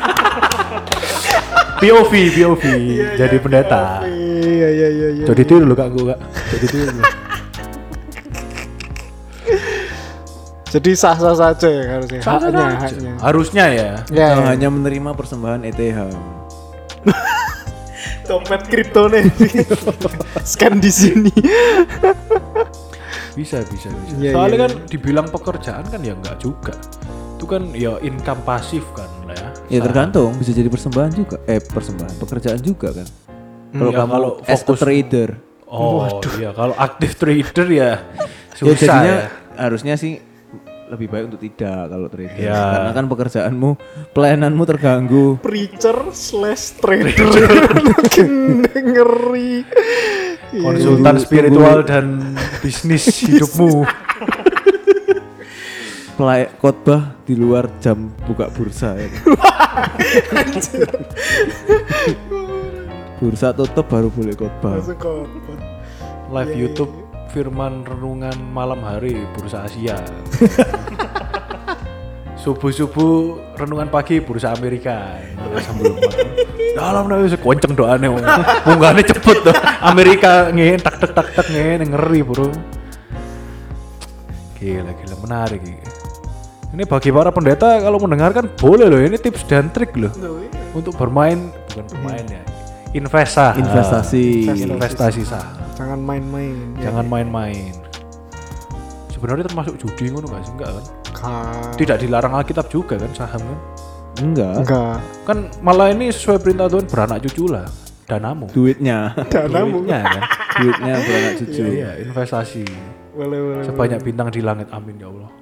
P O V P O V jadi pendeta Iya iya iya iya. jadi tiru loh kak gue kak jadi tiru Jadi sah-sah saja ya harusnya. Sah-sah Haknya, aja. haknya. harusnya ya Ya, Kalau ya. hanya menerima persembahan E T H. Dompet kripto nih. Scan di sini. bisa bisa bisa Iya, soalnya iya, kan dibilang pekerjaan kan ya enggak juga itu kan ya income pasif kan lah ya Ya Saham. tergantung, bisa jadi persembahan juga. Eh persembahan, pekerjaan juga kan. Kalau ya, kamu kalau as a fokus- trader, oh iya kalau aktif trader ya ya susah jadinya ya, harusnya sih lebih baik untuk tidak kalau trader. Ya. Karena kan pekerjaanmu, pelayananmu terganggu. Preacher slash trader. Makin ngeri. konsultan Tunggu- spiritual dan bisnis hidupmu Pelay khotbah di luar jam buka bursa ya. Bursa tutup baru boleh khotbah. Masuk khotbah. live Iya, YouTube firman renungan malam hari bursa Asia subuh-subuh renungan pagi bursa Amerika sambil dalam nih sekonceng doane munggahane cepet tuh Amerika ngene tak tak tak tak ngene ngeri bro. Gila gila menarik ini. Ini bagi para pendeta kalau mendengarkan boleh loh, ini tips dan trik loh untuk bermain bukan bermain ya investasi Investasi. investasi saham. Jangan main-main. Jangan main-main. Sebenarnya termasuk judi ngono gak sih? Enggak kan? Kan. Tidak dilarang Alkitab juga kan saham kan? Enggak. Enggak. Kan malah ini sesuai perintah Tuhan beranak cucu lah. Danamu. Duitnya. Danamu. Duitnya kan. Duitnya beranak cucu. Iya, investasi. Boleh, boleh. Sebanyak bintang di langit. Amin ya Allah.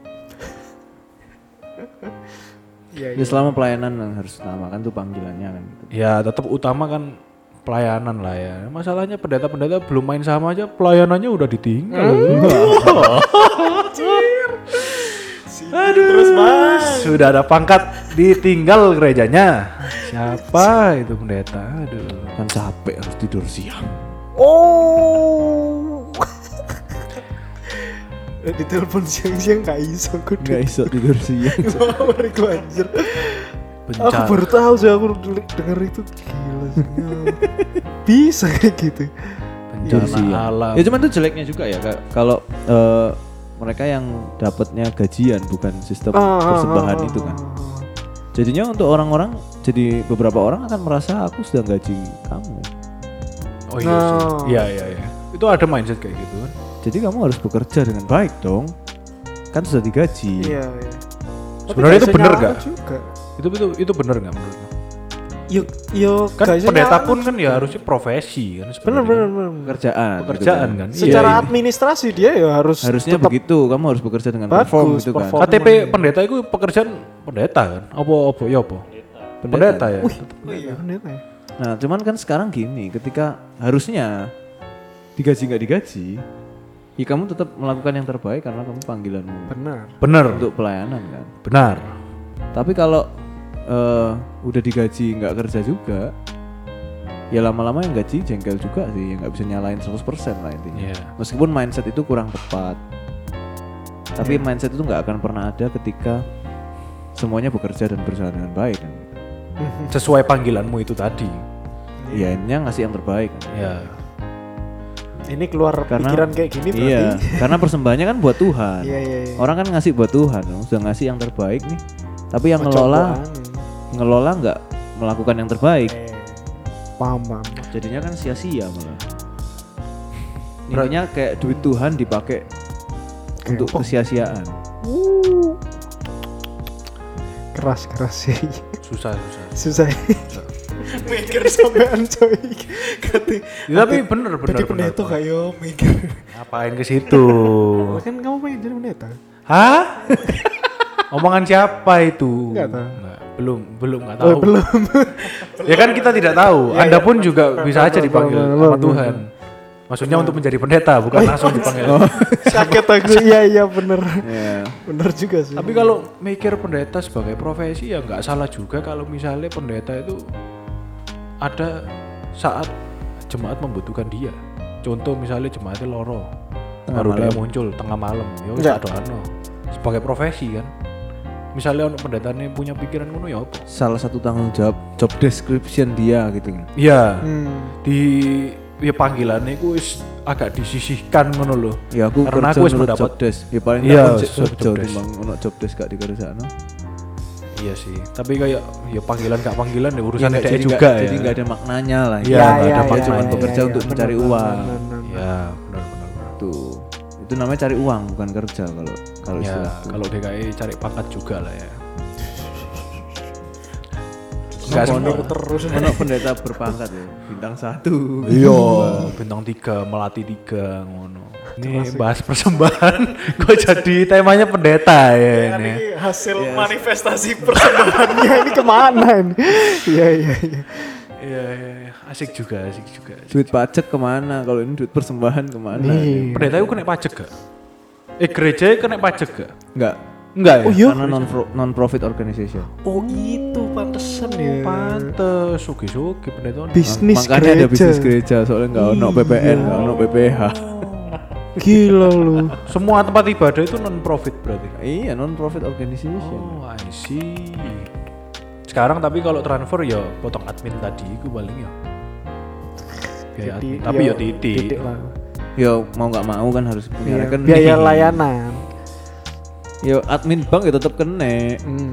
Iya, Ya selama pelayanan yang harus utamakan tuh panggilannya kan gitu. Ya, tetap utama kan pelayanan lah ya. Masalahnya pendeta-pendeta belum main saham aja pelayanannya udah ditinggal. Aduh, terus Mas. Sudah ada pangkat ditinggal gerejanya. Siapa itu pendeta? Aduh. Kan capek harus tidur siang. Oh. Di telepon siang-siang gak iso aku. Enggak iso tidur siang. Ngawur iku anjir. Aku Bencana. baru tahu sih aku denger itu gila sih. Bisa kayak gitu. Bencana siang. alam. Ya cuman itu jeleknya juga ya Kak. Kalau eh, mereka yang dapatnya gajian bukan sistem Ah, persembahan ah, itu kan. ah, ah. Jadinya untuk orang-orang, jadi beberapa orang akan merasa aku sudah gaji kamu. Oh iya sih. Nah. Iya iya iya. Itu ada mindset kayak gitu kan. Jadi kamu harus bekerja dengan baik dong. Kan sudah digaji. Iya, iya. Sebenarnya itu bener gak? gak? Juga. Itu itu itu bener nggak menurutmu? Yuk, yuk. Kan pendeta pun kan ya harusnya profesi kan. Bener, sebenarnya. bener, bener. Pekerjaan. Pekerjaan gitu kan. Secara Iya, iya. administrasi dia ya harus Harusnya tetap begitu, kamu harus bekerja dengan Bagus, perform gitu kan. perform. K T P pendeta itu pekerjaan pendeta kan? Apa apa ya apa? Pendeta ya. Oh iya, pendeta ya. Nah, cuman kan sekarang gini, ketika harusnya digaji nggak digaji, ya kamu tetap melakukan yang terbaik karena kamu panggilanmu Benar. Bener. untuk pelayanan kan. Benar. Tapi kalau eh, udah digaji nggak kerja juga, ya lama-lama yang gaji jengkel juga sih, yang nggak bisa nyalain seratus persen lah intinya. Iya. Meskipun mindset itu kurang tepat, tapi Iya. mindset itu nggak akan pernah ada ketika semuanya bekerja dan berjalan dengan baik kan. Sesuai panggilanmu itu tadi. Ya ini ngasih yang terbaik kan. Ya. Ini keluar Karena- pikiran kayak gini berarti. Iya, karena persembahannya kan buat Tuhan. Iya, iya, iya. Orang kan ngasih buat Tuhan, sudah ngasih yang terbaik nih. Tapi yang ngelola, ngelola nggak melakukan yang terbaik, Eh, paham, paham. jadinya kan sia-sia malah. Berat- Intinya kayak duit Tuhan dipakai untuk oh. kesia-siaan. Uh. Keras, keras sih. Susah susah. Susah. Mikir sampean coy. Kati. Ya, tapi bener bener. Jadi bener, pendeta bener. kayak yo mikir. Ngapain ke situ? Kan kamu pengen jadi pendeta? Hah? Omongan siapa itu? Nggak tahu. Nggak, belum belum nggak Oh, tahu. belum. Ya kan kita tidak tahu. Ya, Anda ya. pun juga bisa aja Belum, dipanggil belum, sama belum, Tuhan. Maksudnya untuk menjadi pendeta, bukan langsung dipanggil. Kaget aku. Iya, iya bener. Ya. Bener juga sih. Tapi kalau mikir pendeta sebagai profesi ya nggak salah juga kalau misalnya pendeta itu ada saat jemaat membutuhkan dia. Contoh misalnya jemaatnya loro, Tengah baru dia malam. muncul tengah malam, ya wis Nggak. adoano. Sebagai profesi kan. Misalnya untuk pendetanya punya pikiran ngono ya apa? Salah satu tanggung jawab job description dia gitu. Iya, Hmm. di ya panggilannya ku wis agak disisihkan ngono loh. Ya aku Karena kerja aku wis menurut mendapat- job desk. Ya paling Iya, enggak sesuai kerja job desk. timbang ono job desk gak dikerjakan. Iya sih, tapi kayak ya panggilan gak panggilan ya urusan Ya, dia jadi juga nggak- ya. Jadi nggak ada maknanya lah. Iya, Ya, nggak nggak ada ada maknanya. cuma Iya, bekerja untuk bener, mencari bener, uang. bener, bener. Ya, benar-benar. Tuh. Itu namanya cari uang bukan kerja kalau kalau Ya, istilahku. kalau D K I cari pangkat juga lah ya. Enggak Nggak semua semua. terus. Ono pendeta berpangkat ya, bintang satu. Iya, bintang tiga, melati tiga, ngono. Ini bahas persembahan, kok jadi temanya pendeta ya ini. Ini hasil manifestasi persembahannya ini kemana ini? Iya, iya, iya. Iya, iya, iya. Asik juga, asik juga. Duit pajak kemana? Kalau ini duit persembahan kemana? Nih. Pendeta itu kena pajak gak? Eh, gereja kena pajak gak? Enggak, Enggak ya? Oh iya. karena non non profit organization. Oh itu pantesan ya. Pantes, sugi-sugi pendeta. Bisnis Makanya gereja. ada bisnis gereja soalnya enggak ono P P N, enggak ono P P H. Gila lu. Semua tempat ibadah itu non profit berarti. Iya, non profit organization. Oh, I see. Sekarang tapi kalau transfer ya potong admin tadi itu paling ya. Kayak Jadi, admin. Tapi ya titik. titik lah. Ya mau nggak mau kan harus punya Iya, rekening. biaya layanan. Ya admin bank ya tetap kena. Hmm.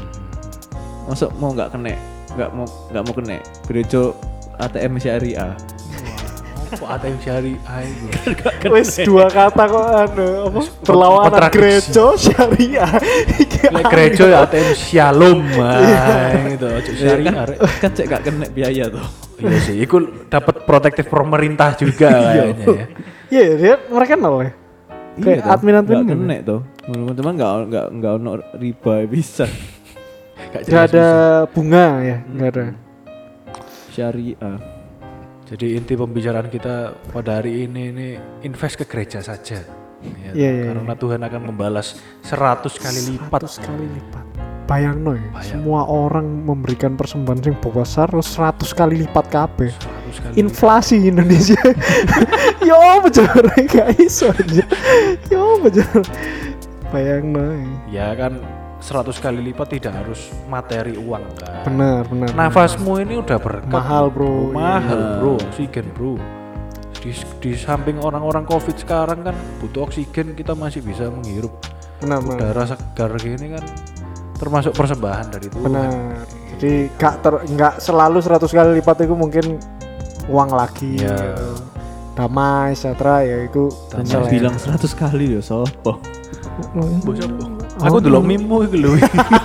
Masuk mau nggak kena? Nggak mau nggak mau kena. Gereja A T M syariah. Kok A T M syariah itu? Wes dua kata kok anu apa? Perlawanan kontradiksi. gereja syariah. Lek gereja ya A T M Shalom ah, gitu. Ojo syariah. Rek. Kan cek gak kena biaya tuh. Iya sih, itu dapat protektif pemerintah juga kayaknya ya. Iya, dia mereka nol ya. Kayak toh. admin-admin nggak gitu. kena tuh. Teman-teman nggak nggak nggak ono riba bisa. Gak Gak ada bunga ya, gak ada. Syariah. Jadi inti pembicaraan kita pada hari ini ini invest ke gereja saja. Ya, Iya, iya, karena Tuhan akan membalas seratus kali lipat. Seratus kali lipat. Bayang no ya, Bayang. semua orang memberikan persembahan yang besar terus seratus kali lipat kabeh. seratus kali Inflasi Indonesia. Yo bejar gak iso aja. Yo bejar. Bayang no. ya kan seratus kali lipat tidak harus materi uang kan. Benar, benar. Nafasmu ini udah berkat. Mahal, bro. Mahal Iya. bro, oksigen bro. Di, di samping orang-orang covid sekarang kan butuh oksigen, kita masih bisa menghirup Benar, benar. udara segar gini kan termasuk persembahan dari Tuhan. Benar. Jadi gak ter, gak selalu seratus kali lipat itu mungkin uang lagi. Iya. gitu. Damai, sejahtera ya itu. Damai. Yang bilang seratus kali ya sopo. Bos apa? Aku dulu mimu itu lho.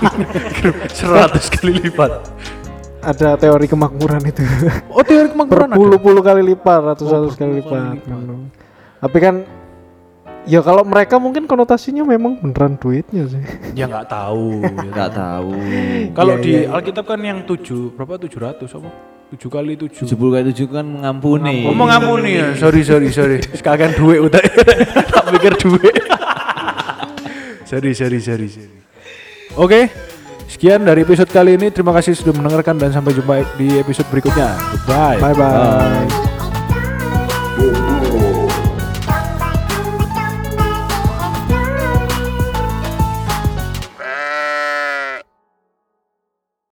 seratus kali lipat. Ada teori kemakmuran itu. Oh, teori kemakmuran ada. Berpuluh-puluh kali lipat, ratus-ratus Oh, kali berpuluh kali lipat. lipat. Gitu. Tapi kan ya kalau mereka mungkin konotasinya memang beneran duitnya sih. Ya nggak tahu. ya. Nggak tahu. Kalau Iya, di iya, iya. Alkitab kan yang tujuh berapa tujuh ratus apa? Tujuh kali tujuh. tujuh puluh kali tujuh kan mengampuni. Ngomong ngampuni ya. Sorry sorry sorry. Sekalian duit udah. Tak pikir duit. sorry sorry sorry sorry. Oke. Sekian dari episode kali ini. Terima kasih sudah mendengarkan dan sampai jumpa di episode berikutnya. Goodbye. Bye bye. Bye.